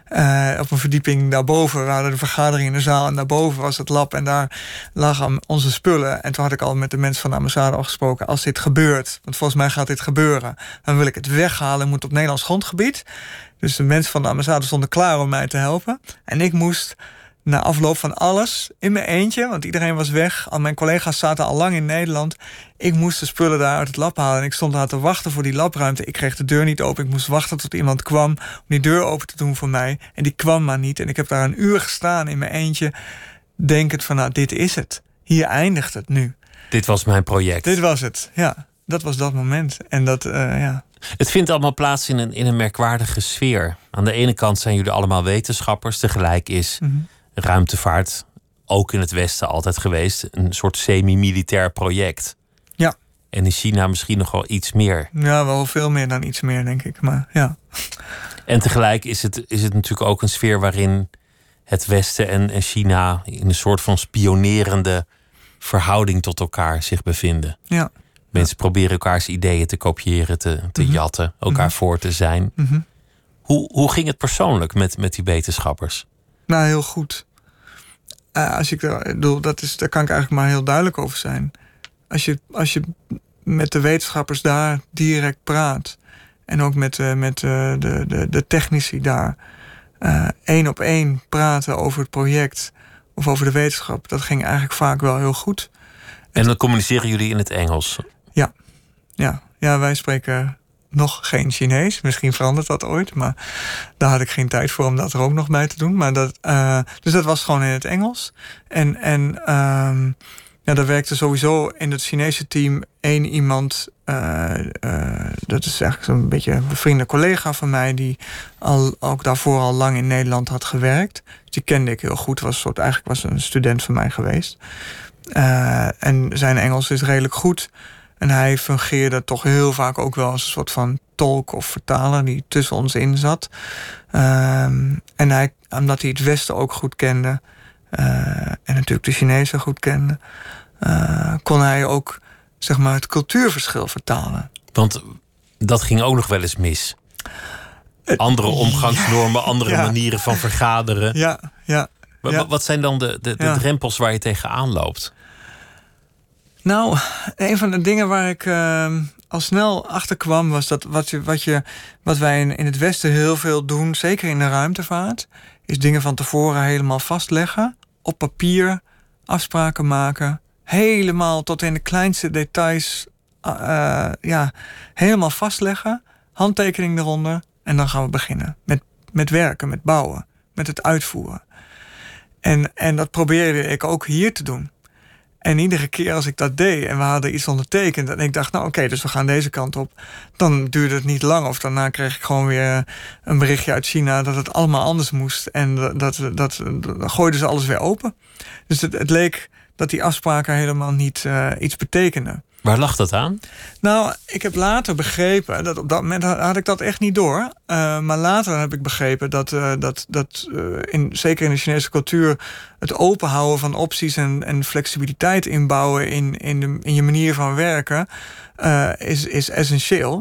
Uh, op een verdieping daarboven. We hadden de vergadering in de zaal en daarboven was het lab en daar lagen onze spullen. En toen had ik al met de mensen van de ambassade al gesproken, als dit gebeurt, want volgens mij gaat dit gebeuren, dan wil ik het weghalen, moet op Nederlands grondgebied. Dus de mensen van de ambassade stonden klaar om mij te helpen. En ik moest na afloop van alles, in mijn eentje, want iedereen was weg. Al mijn collega's zaten al lang in Nederland. Ik moest de spullen daar uit het lab halen. En ik stond daar te wachten voor die labruimte. Ik kreeg de deur niet open. Ik moest wachten tot iemand kwam om die deur open te doen voor mij. En die kwam maar niet. En ik heb daar een uur gestaan in mijn eentje, denkend van, nou, dit is het. Hier eindigt het nu. Dit was mijn project. Dit was het, ja. Dat was dat moment. En dat, uh, ja... Het vindt allemaal plaats in een, in een merkwaardige sfeer. Aan de ene kant zijn jullie allemaal wetenschappers. Tegelijk is mm-hmm. ruimtevaart, ook in het Westen altijd geweest, een soort semi-militair project. Ja. En in China misschien nog wel iets meer. Ja, wel veel meer dan iets meer, denk ik. Maar ja. En tegelijk is het, is het natuurlijk ook een sfeer waarin het Westen en, en China in een soort van spionerende verhouding tot elkaar zich bevinden. Ja. Mensen ja. proberen elkaars ideeën te kopiëren, te, te mm-hmm. jatten, elkaar mm-hmm. voor te zijn. Mm-hmm. Hoe, hoe ging het persoonlijk met, met die wetenschappers? Nou, heel goed. Uh, als ik er, bedoel, dat is, daar kan ik eigenlijk maar heel duidelijk over zijn. Als je, als je met de wetenschappers daar direct praat, en ook met, uh, met uh, de, de, de technici daar, uh, één op één praten over het project of over de wetenschap, dat ging eigenlijk vaak wel heel goed. En dan communiceren jullie in het Engels? Ja, ja. ja wij spreken nog geen Chinees. Misschien verandert dat ooit, maar daar had ik geen tijd voor om dat er ook nog bij te doen. Maar dat, uh, dus dat was gewoon in het Engels. En, en um, ja, daar werkte sowieso in het Chinese team één iemand, uh, uh, dat is eigenlijk zo'n beetje een bevriende collega van mij, die al, ook daarvoor al lang in Nederland had gewerkt. Dus die kende ik heel goed. Was een soort, eigenlijk was een student van mij geweest. Uh, en zijn Engels is redelijk goed. En hij fungeerde toch heel vaak ook wel als een soort van tolk of vertaler die tussen ons in zat. Um, en hij, omdat hij het Westen ook goed kende, uh, en natuurlijk de Chinezen goed kende, uh, kon hij ook, zeg maar, het cultuurverschil vertalen. Want dat ging ook nog wel eens mis. Andere omgangsnormen, andere ja. manieren van vergaderen. Ja, ja. Wat, ja. wat zijn dan de, de, de ja. drempels waar je tegenaan loopt? Nou, een van de dingen waar ik uh, al snel achter kwam, was dat wat, je, wat, je, wat wij in, in het Westen heel veel doen, zeker in de ruimtevaart, is dingen van tevoren helemaal vastleggen, op papier afspraken maken, helemaal tot in de kleinste details uh, ja, helemaal vastleggen, handtekening eronder en dan gaan we beginnen met, met werken, met bouwen, met het uitvoeren. En, en dat probeerde ik ook hier te doen. En iedere keer als ik dat deed en we hadden iets ondertekend en ik dacht, nou oké, okay, dus we gaan deze kant op, dan duurde het niet lang of daarna kreeg ik gewoon weer een berichtje uit China dat het allemaal anders moest en dat, dat, dat, dan gooiden ze alles weer open. Dus het, het leek dat die afspraken helemaal niet uh, iets betekenden. Waar lag dat aan? Nou, ik heb later begrepen, dat op dat moment had ik dat echt niet door. Uh, maar later heb ik begrepen dat, uh, dat, dat uh, in, zeker in de Chinese cultuur, het openhouden van opties en, en flexibiliteit inbouwen in, in, de, in je manier van werken uh, is, is essentieel.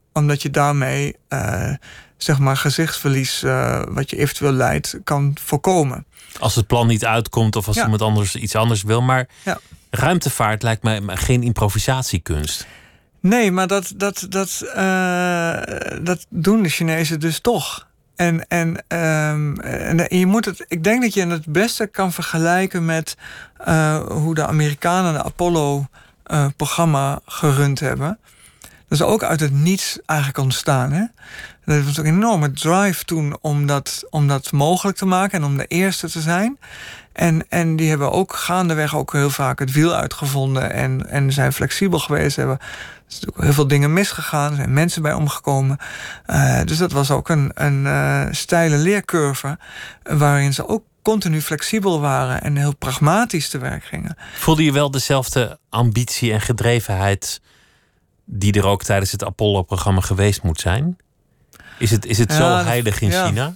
omdat je daarmee uh, zeg maar gezichtsverlies uh, wat je eventueel leidt kan voorkomen. Als het plan niet uitkomt of als ja. iemand anders iets anders wil. Maar ja. ruimtevaart lijkt mij geen improvisatiekunst. Nee, maar dat, dat, dat, uh, dat doen de Chinezen dus toch. En, en, um, en je moet het, ik denk dat je het beste kan vergelijken met uh, hoe de Amerikanen de Apollo-programma uh, gerund hebben. Dat is ook uit het niets eigenlijk ontstaan. Hè? Dat was ook een enorme drive toen om dat, om dat mogelijk te maken en om de eerste te zijn. En, en die hebben ook gaandeweg ook heel vaak het wiel uitgevonden en, en zijn flexibel geweest. Hebben er zijn ook heel veel dingen misgegaan, er zijn mensen bij omgekomen. Uh, dus dat was ook een, een uh, steile leercurve waarin ze ook continu flexibel waren en heel pragmatisch te werk gingen. Voelde je wel dezelfde ambitie en gedrevenheid die er ook tijdens het Apollo-programma geweest moet zijn? Is het, is het zo ja, heilig in ja. China?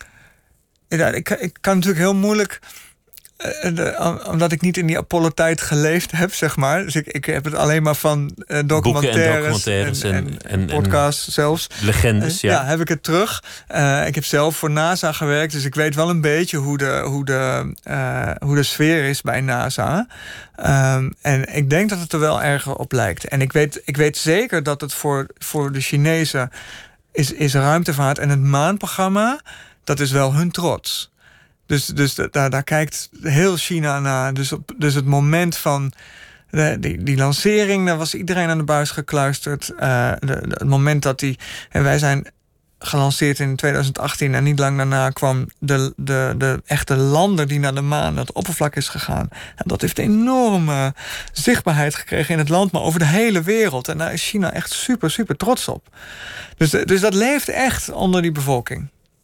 Ja, ik, ik kan natuurlijk heel moeilijk, uh, de, omdat ik niet in die Apollo-tijd geleefd heb, zeg maar. Dus ik, ik heb het alleen maar van uh, documentaires, en, documentaires en, en, en, en podcasts en zelfs. Legendes, ja. Uh, ja, heb ik het terug. Uh, ik heb zelf voor NASA gewerkt, dus ik weet wel een beetje hoe de, hoe de, uh, hoe de sfeer is bij NASA. Um, en ik denk dat het er wel erger op lijkt. En ik weet, ik weet zeker dat het voor, voor de Chinezen is, is ruimtevaart en het maanprogramma, dat is wel hun trots. Dus, dus daar, daar kijkt heel China naar. Dus, op, dus het moment van de, die, die lancering, daar was iedereen aan de buis gekluisterd. Uh, de, de, het moment dat die. En wij zijn gelanceerd in twintig achttien en niet lang daarna kwam de, de, de echte lander die naar de maan, naar het oppervlak is gegaan. En dat heeft enorme zichtbaarheid gekregen in het land, maar over de hele wereld. En daar is China echt super, super trots op. Dus, dus dat leeft echt onder die bevolking.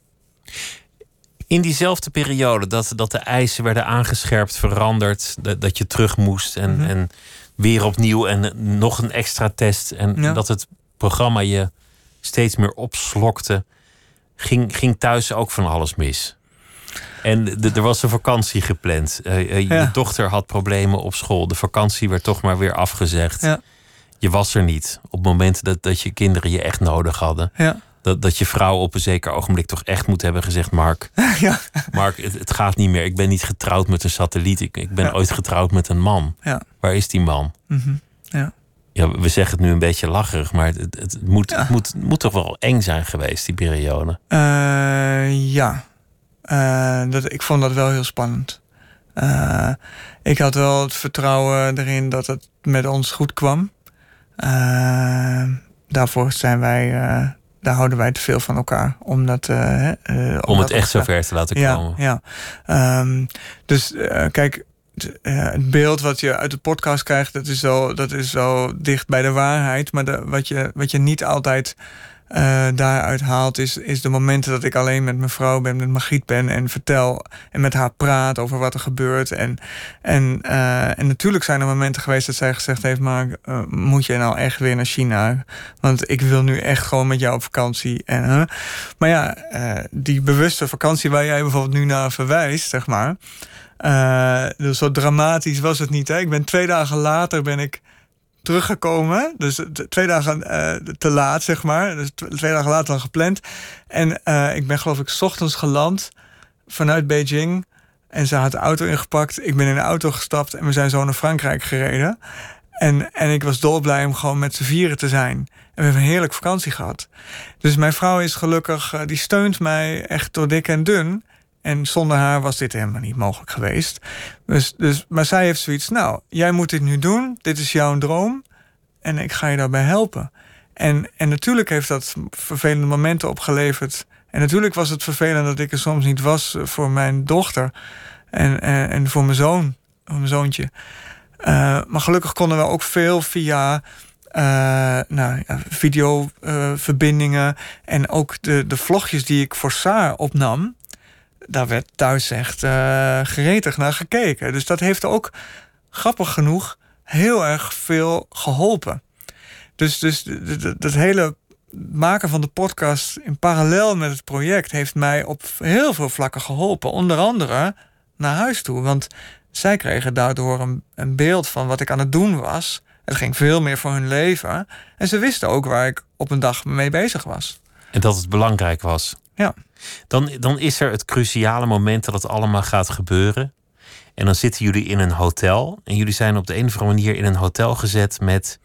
In diezelfde periode dat, dat de eisen werden aangescherpt, veranderd, dat, dat je terug moest en, mm-hmm. en weer opnieuw en nog een extra test en ja. dat het programma je steeds meer opslokte, ging, ging thuis ook van alles mis. En de, er was een vakantie gepland. Uh, uh, je ja. dochter had problemen op school. De vakantie werd toch maar weer afgezegd. Ja. Je was er niet op het moment dat, dat je kinderen je echt nodig hadden. Ja. Dat, dat je vrouw op een zeker ogenblik toch echt moet hebben gezegd: Mark, ja. Mark het, het gaat niet meer. Ik ben niet getrouwd met een satelliet. Ik, ik ben ja. ooit getrouwd met een man. Ja. Waar is die man? Mm-hmm. Ja. Ja, we zeggen het nu een beetje lacherig, maar het, het, het, moet, ja. het, moet, het moet toch wel eng zijn geweest, die periode? Uh, ja, uh, dat, ik vond dat wel heel spannend. Uh, ik had wel het vertrouwen erin dat het met ons goed kwam. Uh, daarvoor zijn wij, uh, daar houden wij te veel van elkaar. Om, dat, uh, uh, om het echt zover te laten ja, komen. Ja, um, dus uh, kijk, het beeld wat je uit de podcast krijgt, dat is zo, dat is zo dicht bij de waarheid. Maar de, wat, je, wat je niet altijd uh, daaruit haalt, is, is de momenten dat ik alleen met mijn vrouw ben, met Margriet ben en vertel en met haar praat over wat er gebeurt. En, en, uh, en natuurlijk zijn er momenten geweest dat zij gezegd heeft: maar uh, moet je nou echt weer naar China? Want ik wil nu echt gewoon met jou op vakantie. En, uh, maar ja, uh, die bewuste vakantie waar jij bijvoorbeeld nu naar verwijst, zeg maar. Uh, dus zo dramatisch was het niet. Hè? Ik ben twee dagen later ben ik teruggekomen. Dus twee dagen uh, te laat, zeg maar. Dus twee dagen later dan gepland. En uh, ik ben geloof ik 's ochtends geland vanuit Beijing. En ze had de auto ingepakt. Ik ben in de auto gestapt en we zijn zo naar Frankrijk gereden. En, en ik was dolblij om gewoon met z'n vieren te zijn. En we hebben een heerlijke vakantie gehad. Dus mijn vrouw is gelukkig, uh, die steunt mij echt door dik en dun. En zonder haar was dit helemaal niet mogelijk geweest. Dus, dus, maar zij heeft zoiets: nou, jij moet dit nu doen. Dit is jouw droom. En ik ga je daarbij helpen. En, en natuurlijk heeft dat vervelende momenten opgeleverd. En natuurlijk was het vervelend dat ik er soms niet was voor mijn dochter. En, en, en voor mijn zoon, voor mijn zoontje. Uh, maar gelukkig konden we ook veel via uh, nou, ja, videoverbindingen. Uh, en ook de, de vlogjes die ik voor Saar opnam. Daar werd thuis echt uh, gretig naar gekeken. Dus dat heeft ook, grappig genoeg, heel erg veel geholpen. Dus, dus dat hele maken van de podcast in parallel met het project heeft mij op heel veel vlakken geholpen. Onder andere naar huis toe. Want zij kregen daardoor een, een beeld van wat ik aan het doen was. Het ging veel meer voor hun leven. En ze wisten ook waar ik op een dag mee bezig was. En dat het belangrijk was. Ja. Dan, dan is er het cruciale moment dat het allemaal gaat gebeuren. En dan zitten jullie in een hotel. En jullie zijn op de een of andere manier in een hotel gezet met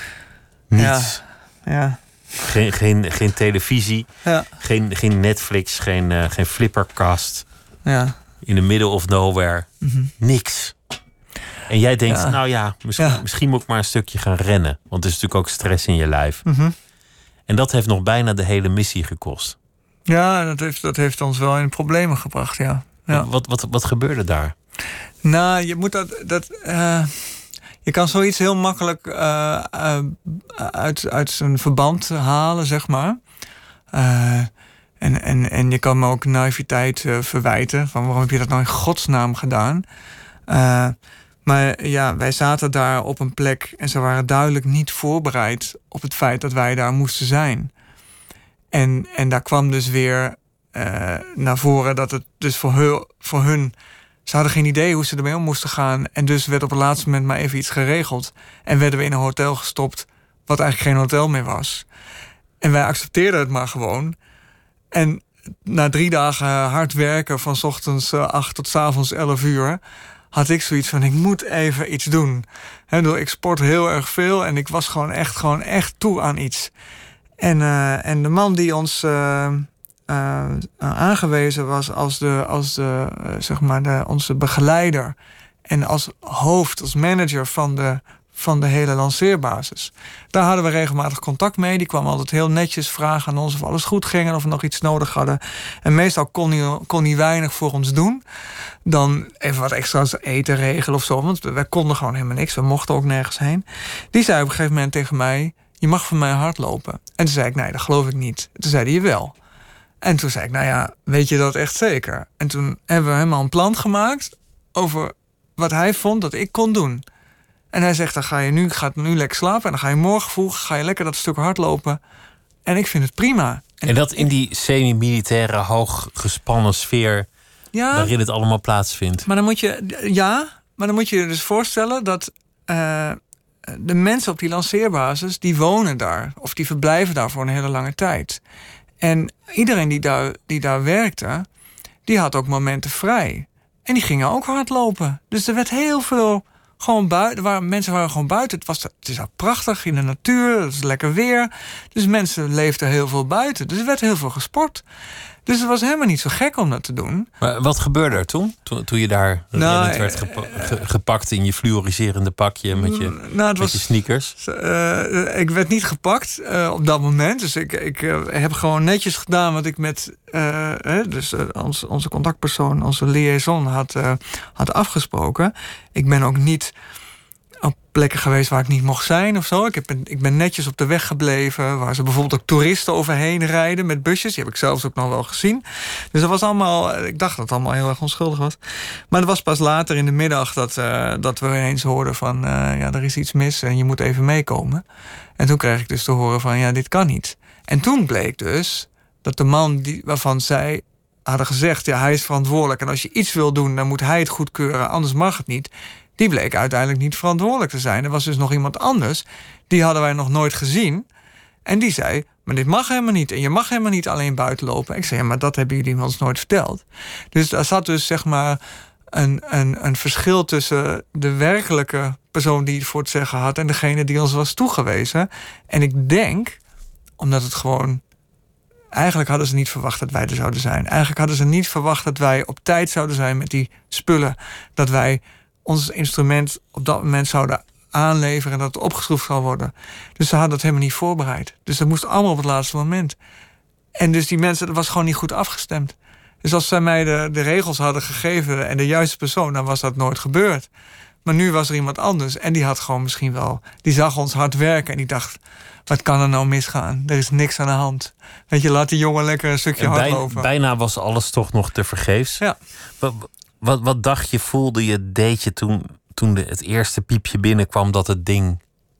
niets. Ja. ja. Geen, geen, geen televisie, ja. geen, geen Netflix, geen, uh, geen flipperkast. Ja. In the middle of nowhere. Mm-hmm. Niks. En jij denkt, ja. nou ja misschien, ja, misschien moet ik maar een stukje gaan rennen. Want er is natuurlijk ook stress in je lijf. Mm-hmm. En dat heeft nog bijna de hele missie gekost. Ja, dat heeft, dat heeft ons wel in problemen gebracht, ja. ja. Wat, wat, wat gebeurde daar? Nou, je moet dat... dat uh, je kan zoiets heel makkelijk uh, uh, uit, uit zijn verband halen, zeg maar. Uh, en, en, en je kan me ook naïviteit uh, verwijten. Van waarom heb je dat nou in godsnaam gedaan? Uh, maar ja, wij zaten daar op een plek en ze waren duidelijk niet voorbereid op het feit dat wij daar moesten zijn. En, en daar kwam dus weer uh, naar voren dat het dus voor hun, voor hun... Ze hadden geen idee hoe ze ermee om moesten gaan. En dus werd op het laatste moment maar even iets geregeld. En werden we in een hotel gestopt wat eigenlijk geen hotel meer was. En wij accepteerden het maar gewoon. En na drie dagen hard werken van 's ochtends acht tot 's avonds elf uur... had ik zoiets van, ik moet even iets doen. He, ik sport heel erg veel en ik was gewoon echt, gewoon echt toe aan iets. En, uh, en de man die ons uh, uh, aangewezen was als, de, als de, uh, zeg maar de, onze begeleider... en als hoofd, als manager van de, van de hele lanceerbasis... daar hadden we regelmatig contact mee. Die kwam altijd heel netjes vragen aan ons of alles goed ging... en of we nog iets nodig hadden. En meestal kon hij, kon hij weinig voor ons doen. Dan even wat extra's eten regelen of zo. Want wij konden gewoon helemaal niks. We mochten ook nergens heen. Die zei op een gegeven moment tegen mij... je mag van mij hardlopen. En toen zei ik, nee, dat geloof ik niet. Toen zei hij, jawel. En toen zei ik, nou ja, weet je dat echt zeker? En toen hebben we helemaal een plan gemaakt... over wat hij vond dat ik kon doen. En hij zegt, dan ga je nu, gaat nu lekker slapen... en dan ga je morgen vroeg ga je lekker dat stuk hardlopen. En ik vind het prima. En, en dat in die semi-militaire, hoog gespannen sfeer... Ja, waarin het allemaal plaatsvindt. Maar dan moet je, ja, maar dan moet je je dus voorstellen... dat uh, de mensen op die lanceerbasis, die wonen daar... of die verblijven daar voor een hele lange tijd. En iedereen die daar, die daar werkte... die had ook momenten vrij. En die gingen ook hardlopen. Dus er werd heel veel... Gewoon buiten, waar, mensen waren gewoon buiten. Het, was, het is al prachtig in de natuur, het is lekker weer. Dus mensen leefden heel veel buiten. Dus er werd heel veel gesport. Dus het was helemaal niet zo gek om dat te doen. Maar wat gebeurde er toen? Toen, toen je daar nou, werd gepa- ge- gepakt in je fluoriserende pakje met je, nou, met was, je sneakers? Uh, ik werd niet gepakt uh, op dat moment. Dus ik, ik uh, heb gewoon netjes gedaan wat ik met uh, uh, dus, uh, ons, onze contactpersoon, onze liaison had, uh, had afgesproken. Ik ben ook niet op plekken geweest waar ik niet mocht zijn of zo. Ik, heb, ik ben netjes op de weg gebleven... waar ze bijvoorbeeld ook toeristen overheen rijden met busjes. Die heb ik zelfs ook nog wel gezien. Dus dat was allemaal... Ik dacht dat het allemaal heel erg onschuldig was. Maar het was pas later in de middag dat, uh, dat we ineens hoorden van... Uh, ja, er is iets mis en je moet even meekomen. En toen kreeg ik dus te horen van... ja, dit kan niet. En toen bleek dus dat de man die, waarvan zij hadden gezegd... ja, hij is verantwoordelijk en als je iets wil doen... dan moet hij het goedkeuren, anders mag het niet... die bleek uiteindelijk niet verantwoordelijk te zijn. Er was dus nog iemand anders, die hadden wij nog nooit gezien. En die zei, maar dit mag helemaal niet. En je mag helemaal niet alleen buiten lopen. Ik zei, ja, maar dat hebben jullie ons nooit verteld. Dus daar zat dus zeg maar een, een, een verschil tussen de werkelijke persoon die het voor het zeggen had... en degene die ons was toegewezen. En ik denk, omdat het gewoon... Eigenlijk hadden ze niet verwacht dat wij er zouden zijn. Eigenlijk hadden ze niet verwacht dat wij op tijd zouden zijn met die spullen. Dat wij... ons instrument op dat moment zouden aanleveren... en dat het opgeschroefd zou worden. Dus ze hadden dat helemaal niet voorbereid. Dus dat moest allemaal op het laatste moment. En dus die mensen, dat was gewoon niet goed afgestemd. Dus als zij mij de, de regels hadden gegeven... en de juiste persoon, dan was dat nooit gebeurd. Maar nu was er iemand anders en die had gewoon misschien wel... die zag ons hard werken en die dacht... wat kan er nou misgaan? Er is niks aan de hand. Weet je, laat die jongen lekker een stukje hardlopen. Bijna was alles toch nog tevergeefs. Ja. Wat, wat, wat dacht je, voelde je, deed je toen, toen de, het eerste piepje binnenkwam... dat het ding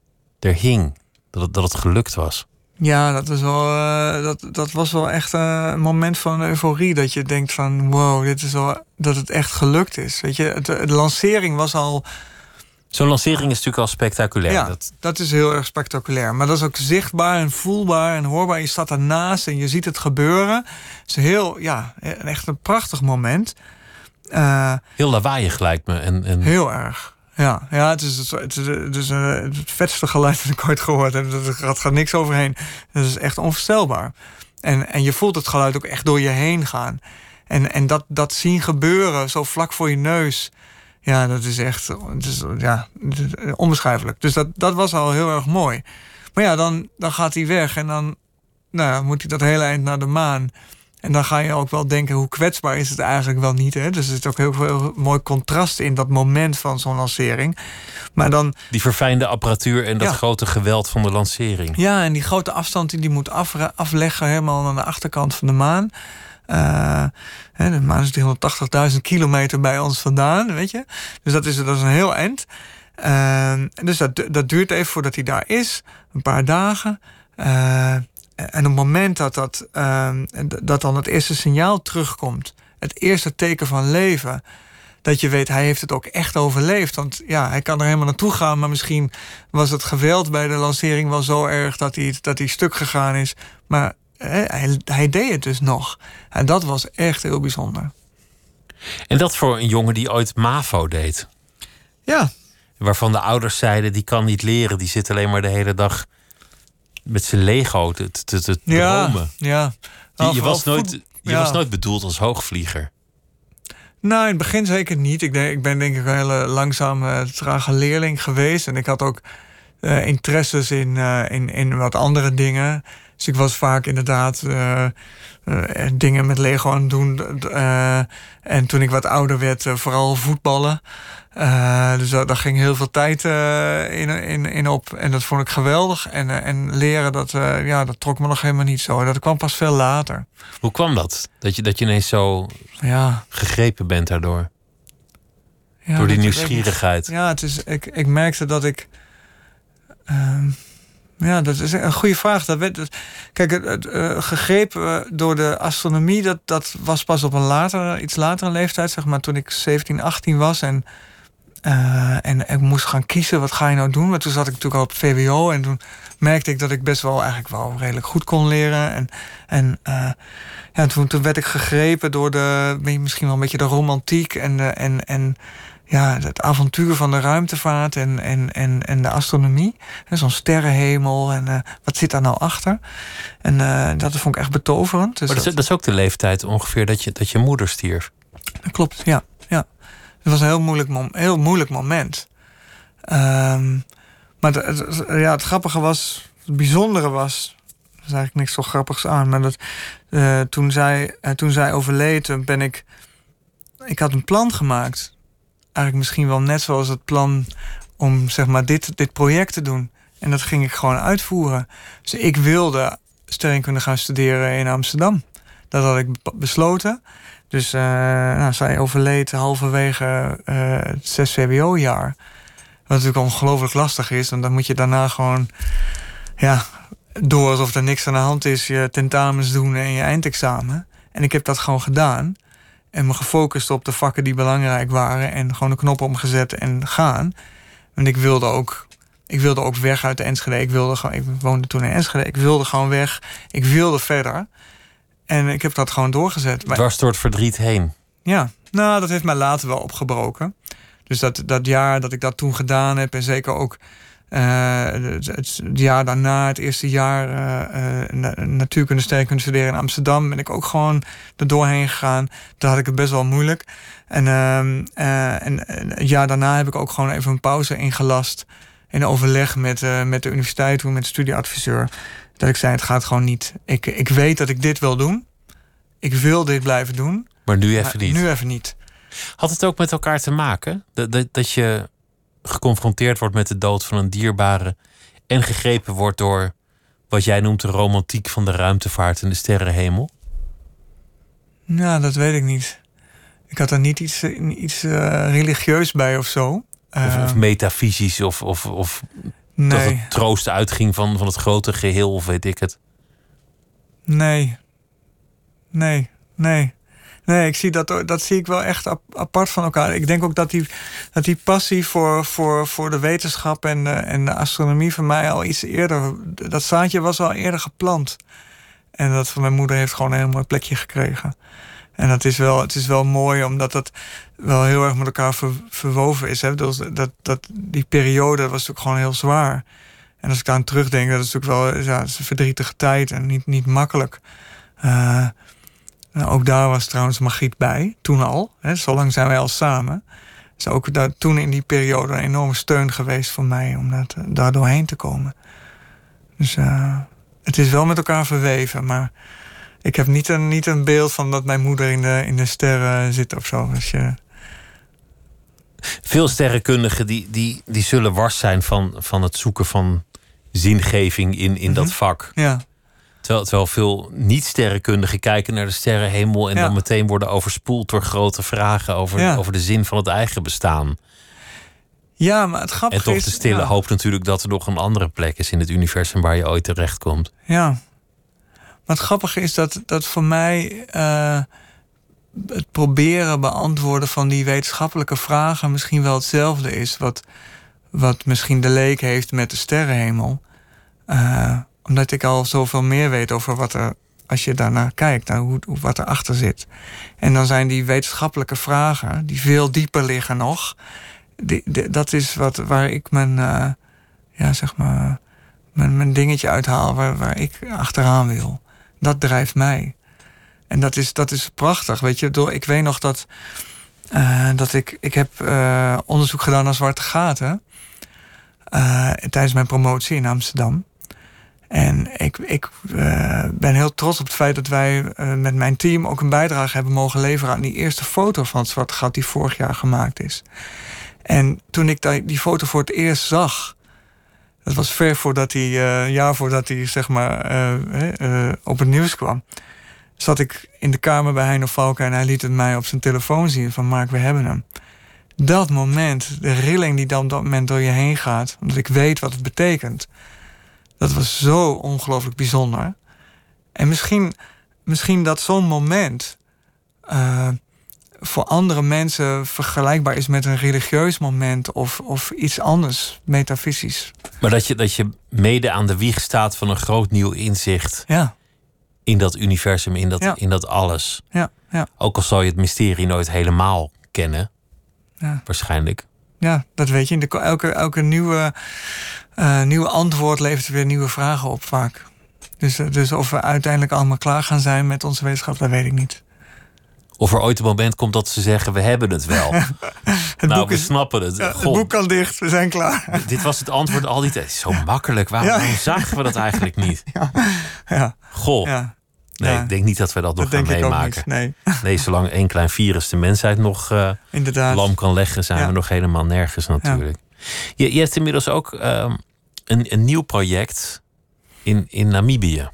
er hing? Dat het, dat het gelukt was? Ja, dat was wel, uh, dat, dat was wel echt uh, een moment van euforie. Dat je denkt van, wow, dit is wel, dat het echt gelukt is. Weet je, het, de lancering was al Zo'n lancering is natuurlijk al spectaculair. Ja, dat... dat is heel erg spectaculair. Maar dat is ook zichtbaar en voelbaar en hoorbaar. Je staat ernaast en je ziet het gebeuren. Het is heel, ja, echt een prachtig moment. Uh, heel lawaaiig lijkt me. En, en... Heel erg. Ja, ja het, is, het, is, het is het vetste geluid dat ik ooit gehoord heb. Er gaat, gaat niks overheen. Dat is echt onvoorstelbaar. En, en je voelt het geluid ook echt door je heen gaan. En, en dat, dat zien gebeuren, zo vlak voor je neus... Ja, dat is echt het is, ja, onbeschrijfelijk. Dus dat, dat was al heel erg mooi. Maar ja, dan, dan gaat hij weg en dan nou ja, moet hij dat hele eind naar de maan. En dan ga je ook wel denken, hoe kwetsbaar is het eigenlijk wel niet. Hè? Dus er zit ook heel veel mooi contrast in dat moment van zo'n lancering. Maar dan, die verfijnde apparatuur en dat ja. grote geweld van de lancering. Ja, en die grote afstand die die moet af, afleggen helemaal aan de achterkant van de maan. Uh, de maan is driehonderdtachtigduizend kilometer bij ons vandaan, weet je. Dus dat is, dat is een heel eind. Uh, dus dat, dat duurt even voordat hij daar is. Een paar dagen. Uh, en op het moment dat, dat, uh, dat dan het eerste signaal terugkomt... het eerste teken van leven... dat je weet, hij heeft het ook echt overleefd. Want ja, hij kan er helemaal naartoe gaan... maar misschien was het geweld bij de lancering wel zo erg... dat hij, dat hij stuk gegaan is. Maar Hij, hij deed het dus nog. En dat was echt heel bijzonder. En dat voor een jongen die ooit MAVO deed. Ja. Waarvan de ouders zeiden, die kan niet leren. Die zit alleen maar de hele dag met zijn Lego te, te, te ja, dromen. Ja. Je, je, was, nooit, je ja. was nooit bedoeld als hoogvlieger. Nou, in het begin zeker niet. Ik, denk, ik ben denk ik een hele langzame, trage leerling geweest. En ik had ook uh, interesses in, uh, in, in wat andere dingen... Dus ik was vaak inderdaad uh, uh, dingen met Lego aan het doen. Uh, en toen ik wat ouder werd, uh, vooral voetballen. Uh, dus daar, daar ging heel veel tijd uh, in, in, in op. En dat vond ik geweldig. En, uh, en leren, dat, uh, ja, dat trok me nog helemaal niet zo. Dat kwam pas veel later. Hoe kwam dat? Dat je, dat je ineens zo ja. gegrepen bent daardoor? Ja, Door die nieuwsgierigheid? Ja, het is, ik, ik merkte dat ik... Uh, Ja, dat is een goede vraag. Dat werd, kijk, het, het uh, gegrepen door de astronomie... Dat, dat was pas op een later, iets latere leeftijd, zeg maar... toen ik zeventien, achttien was. En, uh, en ik moest gaan kiezen, wat ga je nou doen? Want toen zat ik natuurlijk al op V W O... en toen merkte ik dat ik best wel eigenlijk wel redelijk goed kon leren. En, en uh, ja, toen, toen werd ik gegrepen door de... misschien wel een beetje de romantiek en... De, en, en ja, het avontuur van de ruimtevaart en, en, en, en de astronomie. Zo'n sterrenhemel en uh, wat zit daar nou achter? En uh, dat vond ik echt betoverend. Dus maar dat, dat... dat is ook de leeftijd ongeveer dat je, dat je moeder stierf. Dat klopt, ja. ja. Het was een heel moeilijk, mom- heel moeilijk moment. Um, maar het, het, ja, het grappige was, het bijzondere was... er is eigenlijk niks zo grappigs aan... maar dat, uh, toen, zij, uh, toen zij overleed, ben ik... ik had een plan gemaakt... Eigenlijk misschien wel net zoals het plan om zeg maar dit, dit project te doen. En dat ging ik gewoon uitvoeren. Dus ik wilde sterrenkunde gaan studeren in Amsterdam. Dat had ik besloten. Dus uh, nou, zij overleed halverwege uh, het zes V W O-jaar. Wat natuurlijk ongelooflijk lastig is. Want dan moet je daarna gewoon... ja, door alsof er niks aan de hand is... je tentamens doen en je eindexamen. En ik heb dat gewoon gedaan... En me gefocust op de vakken die belangrijk waren. En gewoon de knop omgezet en gaan. Want ik wilde ook, ik wilde ook weg uit de Enschede. Ik, wilde gewoon, ik woonde toen in Enschede. Ik wilde gewoon weg. Ik wilde verder. En ik heb dat gewoon doorgezet. Dwars door het verdriet heen. Ja, nou, dat heeft mij later wel opgebroken. Dus dat, dat jaar dat ik dat toen gedaan heb... en zeker ook uh, het, het jaar daarna, het eerste jaar... Uh, uh, natuurkunde, sterrenkunde studeren in Amsterdam... ben ik ook gewoon er doorheen gegaan. Daar had ik het best wel moeilijk. En, uh, uh, en uh, het jaar daarna heb ik ook gewoon even een pauze ingelast... in overleg met, uh, met de universiteit, toen met de studieadviseur... dat ik zei, het gaat gewoon niet. Ik, ik weet dat ik dit wil doen. Ik wil dit blijven doen. Maar nu even maar niet. Nu even niet. Had het ook met elkaar te maken? Dat, dat, dat je geconfronteerd wordt met de dood van een dierbare... en gegrepen wordt door wat jij noemt de romantiek van de ruimtevaart en de sterrenhemel? Nou, dat weet ik niet. Ik had er niet iets, iets uh, religieus bij of zo. Of, of metafysisch, of, of, of nee. dat het troost uitging van, van het grote geheel, of weet ik het. Nee. Nee, nee. Nee, ik zie dat, dat zie ik wel echt apart van elkaar. Ik denk ook dat die, dat die passie voor, voor, voor de wetenschap en de, en de astronomie van mij al iets eerder... Dat zaadje was al eerder geplant. En dat van mijn moeder heeft gewoon een heel mooi plekje gekregen. En dat is wel, het is wel mooi, omdat dat wel heel erg met elkaar ver, verwoven is. Hè? Dus dat, dat, die periode was natuurlijk gewoon heel zwaar. En als ik daar aan terugdenk, dat is natuurlijk wel ja, het is een verdrietige tijd en niet, niet makkelijk. Uh, nou, ook daar was trouwens Margriet bij, toen al. Hè? Zo lang zijn wij al samen. Is ook daar, toen in die periode een enorme steun geweest voor mij om dat, daar doorheen te komen. Dus uh, het is wel met elkaar verweven, maar ik heb niet een, niet een beeld van dat mijn moeder in de, in de sterren zit of zo. Dus je... Veel sterrenkundigen die, die, die zullen wars zijn van, van het zoeken van zingeving in, in mm-hmm. dat vak. Ja. Terwijl, terwijl veel niet-sterrenkundigen kijken naar de sterrenhemel en ja. dan meteen worden overspoeld door grote vragen over, ja. over de zin van het eigen bestaan. Ja, maar het grappige is... En toch de stille ja. hoop natuurlijk dat er nog een andere plek is in het universum waar je ooit terecht komt. Ja. Maar het grappige is dat, dat voor mij uh, het proberen beantwoorden van die wetenschappelijke vragen misschien wel hetzelfde is wat, wat misschien de leek heeft met de sterrenhemel. Uh, omdat ik al zoveel meer weet over wat er, als je daarnaar kijkt, naar hoe, wat erachter zit. En dan zijn die wetenschappelijke vragen, die veel dieper liggen nog, die, die, dat is wat, waar ik mijn, uh, ja, zeg maar, mijn, mijn dingetje uithaal, waar, waar ik achteraan wil. Dat drijft mij. En dat is, dat is prachtig, weet je. Door, ik weet nog dat, uh, dat ik... Ik heb uh, onderzoek gedaan naar zwarte gaten. Uh, tijdens mijn promotie in Amsterdam. En ik, ik uh, ben heel trots op het feit dat wij uh, met mijn team ook een bijdrage hebben mogen leveren aan die eerste foto van het zwarte gat die vorig jaar gemaakt is. En toen ik die, die foto voor het eerst zag, dat was ver voordat hij, uh, jaar voordat hij zeg maar uh, uh, op het nieuws kwam, zat ik in de kamer bij Heino Valken en hij liet het mij op zijn telefoon zien van Mark, we hebben hem. Dat moment, de rilling die dan op dat moment door je heen gaat, omdat ik weet wat het betekent, dat was zo ongelooflijk bijzonder. En misschien, misschien dat zo'n moment uh, voor andere mensen vergelijkbaar is met een religieus moment of, of iets anders, metafysisch. Maar dat je, dat je mede aan de wieg staat van een groot nieuw inzicht. Ja. In dat universum, in dat, ja. in dat alles. Ja, ja. Ook al zal je het mysterie nooit helemaal kennen. Ja. Waarschijnlijk. Ja, dat weet je. De, elke elke nieuwe, uh, nieuwe antwoord levert weer nieuwe vragen op vaak. Dus, dus of we uiteindelijk allemaal klaar gaan zijn met onze wetenschap, dat weet ik niet. Of er ooit een moment komt dat ze zeggen, we hebben het wel. het nou, boek we is, snappen het. Ja, het boek kan dicht, we zijn klaar. Dit was het antwoord al die tijd. Zo makkelijk, waarom ja. zagen we dat eigenlijk niet? Ja. Ja. Goh. Ja. Nee, ja. ik denk niet dat we dat nog dat gaan meemaken. Nee. nee, zolang één klein virus de mensheid nog uh, lam kan leggen, zijn ja. we nog helemaal nergens natuurlijk. Ja. Je, je hebt inmiddels ook uh, een, een nieuw project in, in Namibië.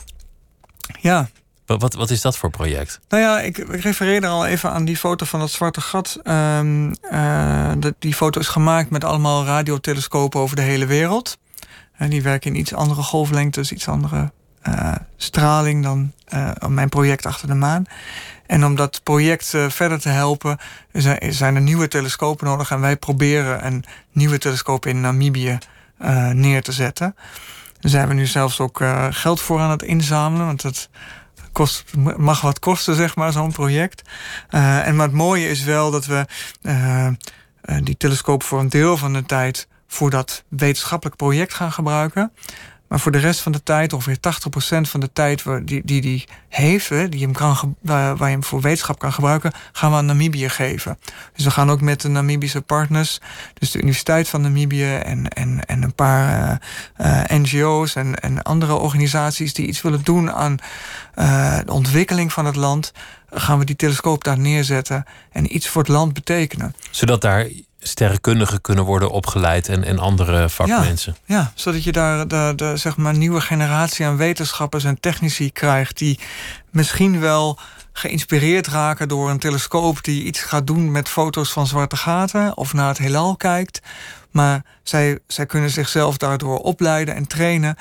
Ja. Wat, wat is dat voor project? Nou ja, ik, ik refereerde al even aan die foto van dat zwarte gat. Um, uh, de, die foto is gemaakt met allemaal radiotelescopen over de hele wereld. En die werken in iets andere golflengtes, iets andere uh, straling dan uh, mijn project Achter de Maan. En om dat project uh, verder te helpen, zijn er nieuwe telescopen nodig. En wij proberen een nieuwe telescoop in Namibië uh, neer te zetten. Daar zijn we nu zelfs ook uh, geld voor aan het inzamelen, want dat kost, mag wat kosten, zeg maar, zo'n project. Uh, en maar het mooie is wel dat we uh, uh, die telescoop voor een deel van de tijd voor dat wetenschappelijk project gaan gebruiken. Maar voor de rest van de tijd, ongeveer tachtig procent van de tijd die die, die heeft, die hem kan, waar, waar je hem voor wetenschap kan gebruiken, gaan we aan Namibië geven. Dus we gaan ook met de Namibische partners, dus de Universiteit van Namibië en, en, en een paar uh, uh, N G O's en, en andere organisaties die iets willen doen aan uh, de ontwikkeling van het land, gaan we die telescoop daar neerzetten en iets voor het land betekenen. Zodat daar sterrenkundigen kunnen worden opgeleid en, en andere vakmensen. Ja, ja, zodat je daar de, de zeg maar nieuwe generatie aan wetenschappers en technici krijgt die misschien wel geïnspireerd raken door een telescoop die iets gaat doen met foto's van zwarte gaten of naar het heelal kijkt. Maar zij, zij kunnen zichzelf daardoor opleiden en trainen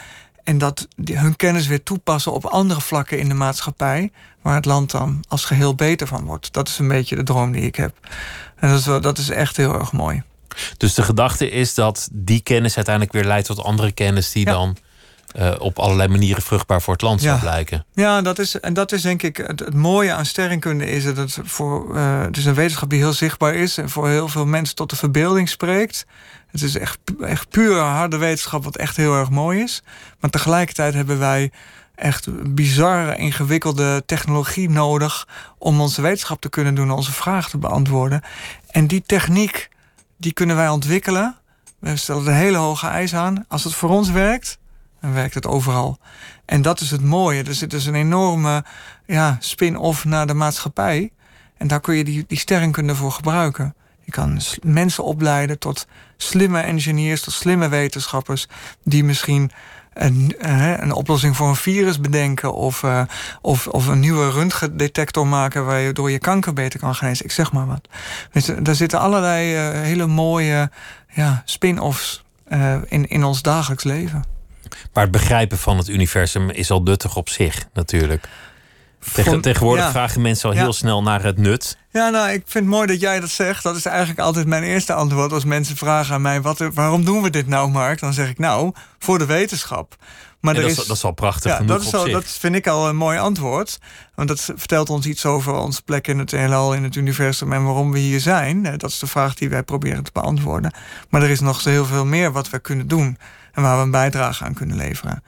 En dat die, hun kennis weer toepassen op andere vlakken in de maatschappij, waar het land dan als geheel beter van wordt. Dat is een beetje de droom die ik heb. En dat is, wel, dat is echt heel erg mooi. Dus de gedachte is dat die kennis uiteindelijk weer leidt tot andere kennis die ja. dan uh, op allerlei manieren vruchtbaar voor het land ja. zou blijken. Ja, dat is, en dat is denk ik het, het mooie aan sterrenkunde is dat het voor uh, het is een wetenschap die heel zichtbaar is en voor heel veel mensen tot de verbeelding spreekt. Het is echt, echt pure harde wetenschap wat echt heel erg mooi is. Maar tegelijkertijd hebben wij echt bizarre, ingewikkelde technologie nodig om onze wetenschap te kunnen doen, onze vragen te beantwoorden. En die techniek, die kunnen wij ontwikkelen. We stellen er hele hoge eisen aan. Als het voor ons werkt, dan werkt het overal. En dat is het mooie. Er zit dus een enorme ja, spin-off naar de maatschappij. En daar kun je die, die sterrenkunde voor gebruiken. Je kan mensen opleiden tot slimme engineers, tot slimme wetenschappers, die misschien een, een oplossing voor een virus bedenken of, uh, of, of een nieuwe röntgendetector maken waar je door je kanker beter kan genezen. Ik zeg maar wat. Dus daar zitten allerlei uh, hele mooie ja, spin-offs uh, in, in ons dagelijks leven. Maar het begrijpen van het universum is al nuttig op zich natuurlijk. Tegen, tegenwoordig ja. vragen mensen al heel ja. snel naar het nut. Ja, nou, ik vind het mooi dat jij dat zegt. Dat is eigenlijk altijd mijn eerste antwoord. Als mensen vragen aan mij, wat, waarom doen we dit nou, Mark? Dan zeg ik, nou, voor de wetenschap. Maar er dat, is, is, dat is al prachtig ja, genoeg dat is op al, zich. Dat vind ik al een mooi antwoord. Want dat vertelt ons iets over onze plek in het heelal, in het universum en waarom we hier zijn. Dat is de vraag die wij proberen te beantwoorden. Maar er is nog heel veel meer wat we kunnen doen en waar we een bijdrage aan kunnen leveren.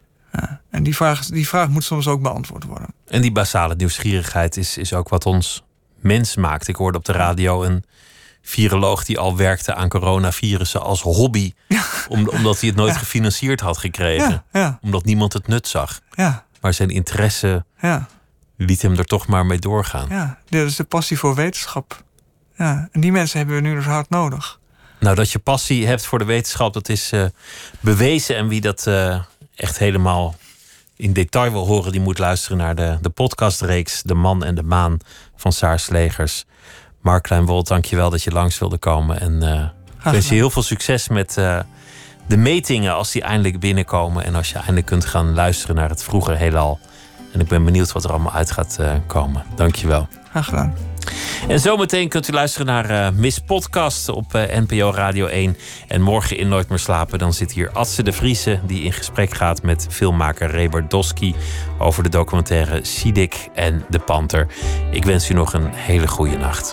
Ja, en die vraag, die vraag moet soms ook beantwoord worden. En die basale nieuwsgierigheid is, is ook wat ons mens maakt. Ik hoorde op de radio een viroloog die al werkte aan coronavirussen als hobby. Ja. Om, omdat hij het nooit ja. gefinancierd had gekregen. Ja, ja. Omdat niemand het nut zag. Ja. Maar zijn interesse ja. liet hem er toch maar mee doorgaan. Ja, dat is de passie voor wetenschap. Ja, en die mensen hebben we nu dus hard nodig. Nou, dat je passie hebt voor de wetenschap, dat is uh, bewezen. En wie dat uh, echt helemaal in detail wil horen, die moet luisteren naar de, de podcastreeks De Man en de Maan van Saar Slegers. Mark Kleinwold, dank je wel dat je langs wilde komen. En uh, ik wens je heel veel succes met uh, de metingen als die eindelijk binnenkomen. En als je eindelijk kunt gaan luisteren naar het vroege heelal. En ik ben benieuwd wat er allemaal uit gaat uh, komen. Dank je wel. Graag gedaan. En zometeen kunt u luisteren naar uh, Miss Podcast op uh, N P O Radio één. En morgen in Nooit meer slapen, dan zit hier Adse de Vriese, die in gesprek gaat met filmmaker Reber Dosky over de documentaire Sidik en de Panter. Ik wens u nog een hele goede nacht.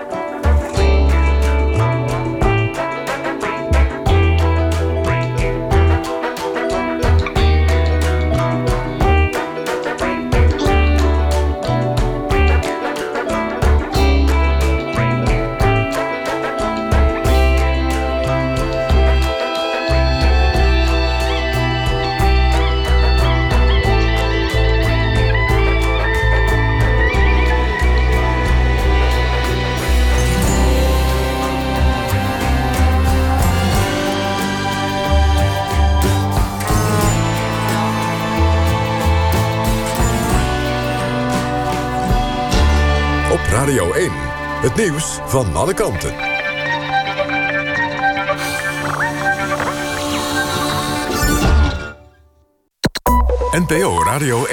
Radio één. Het nieuws van alle kanten. N P O Radio één.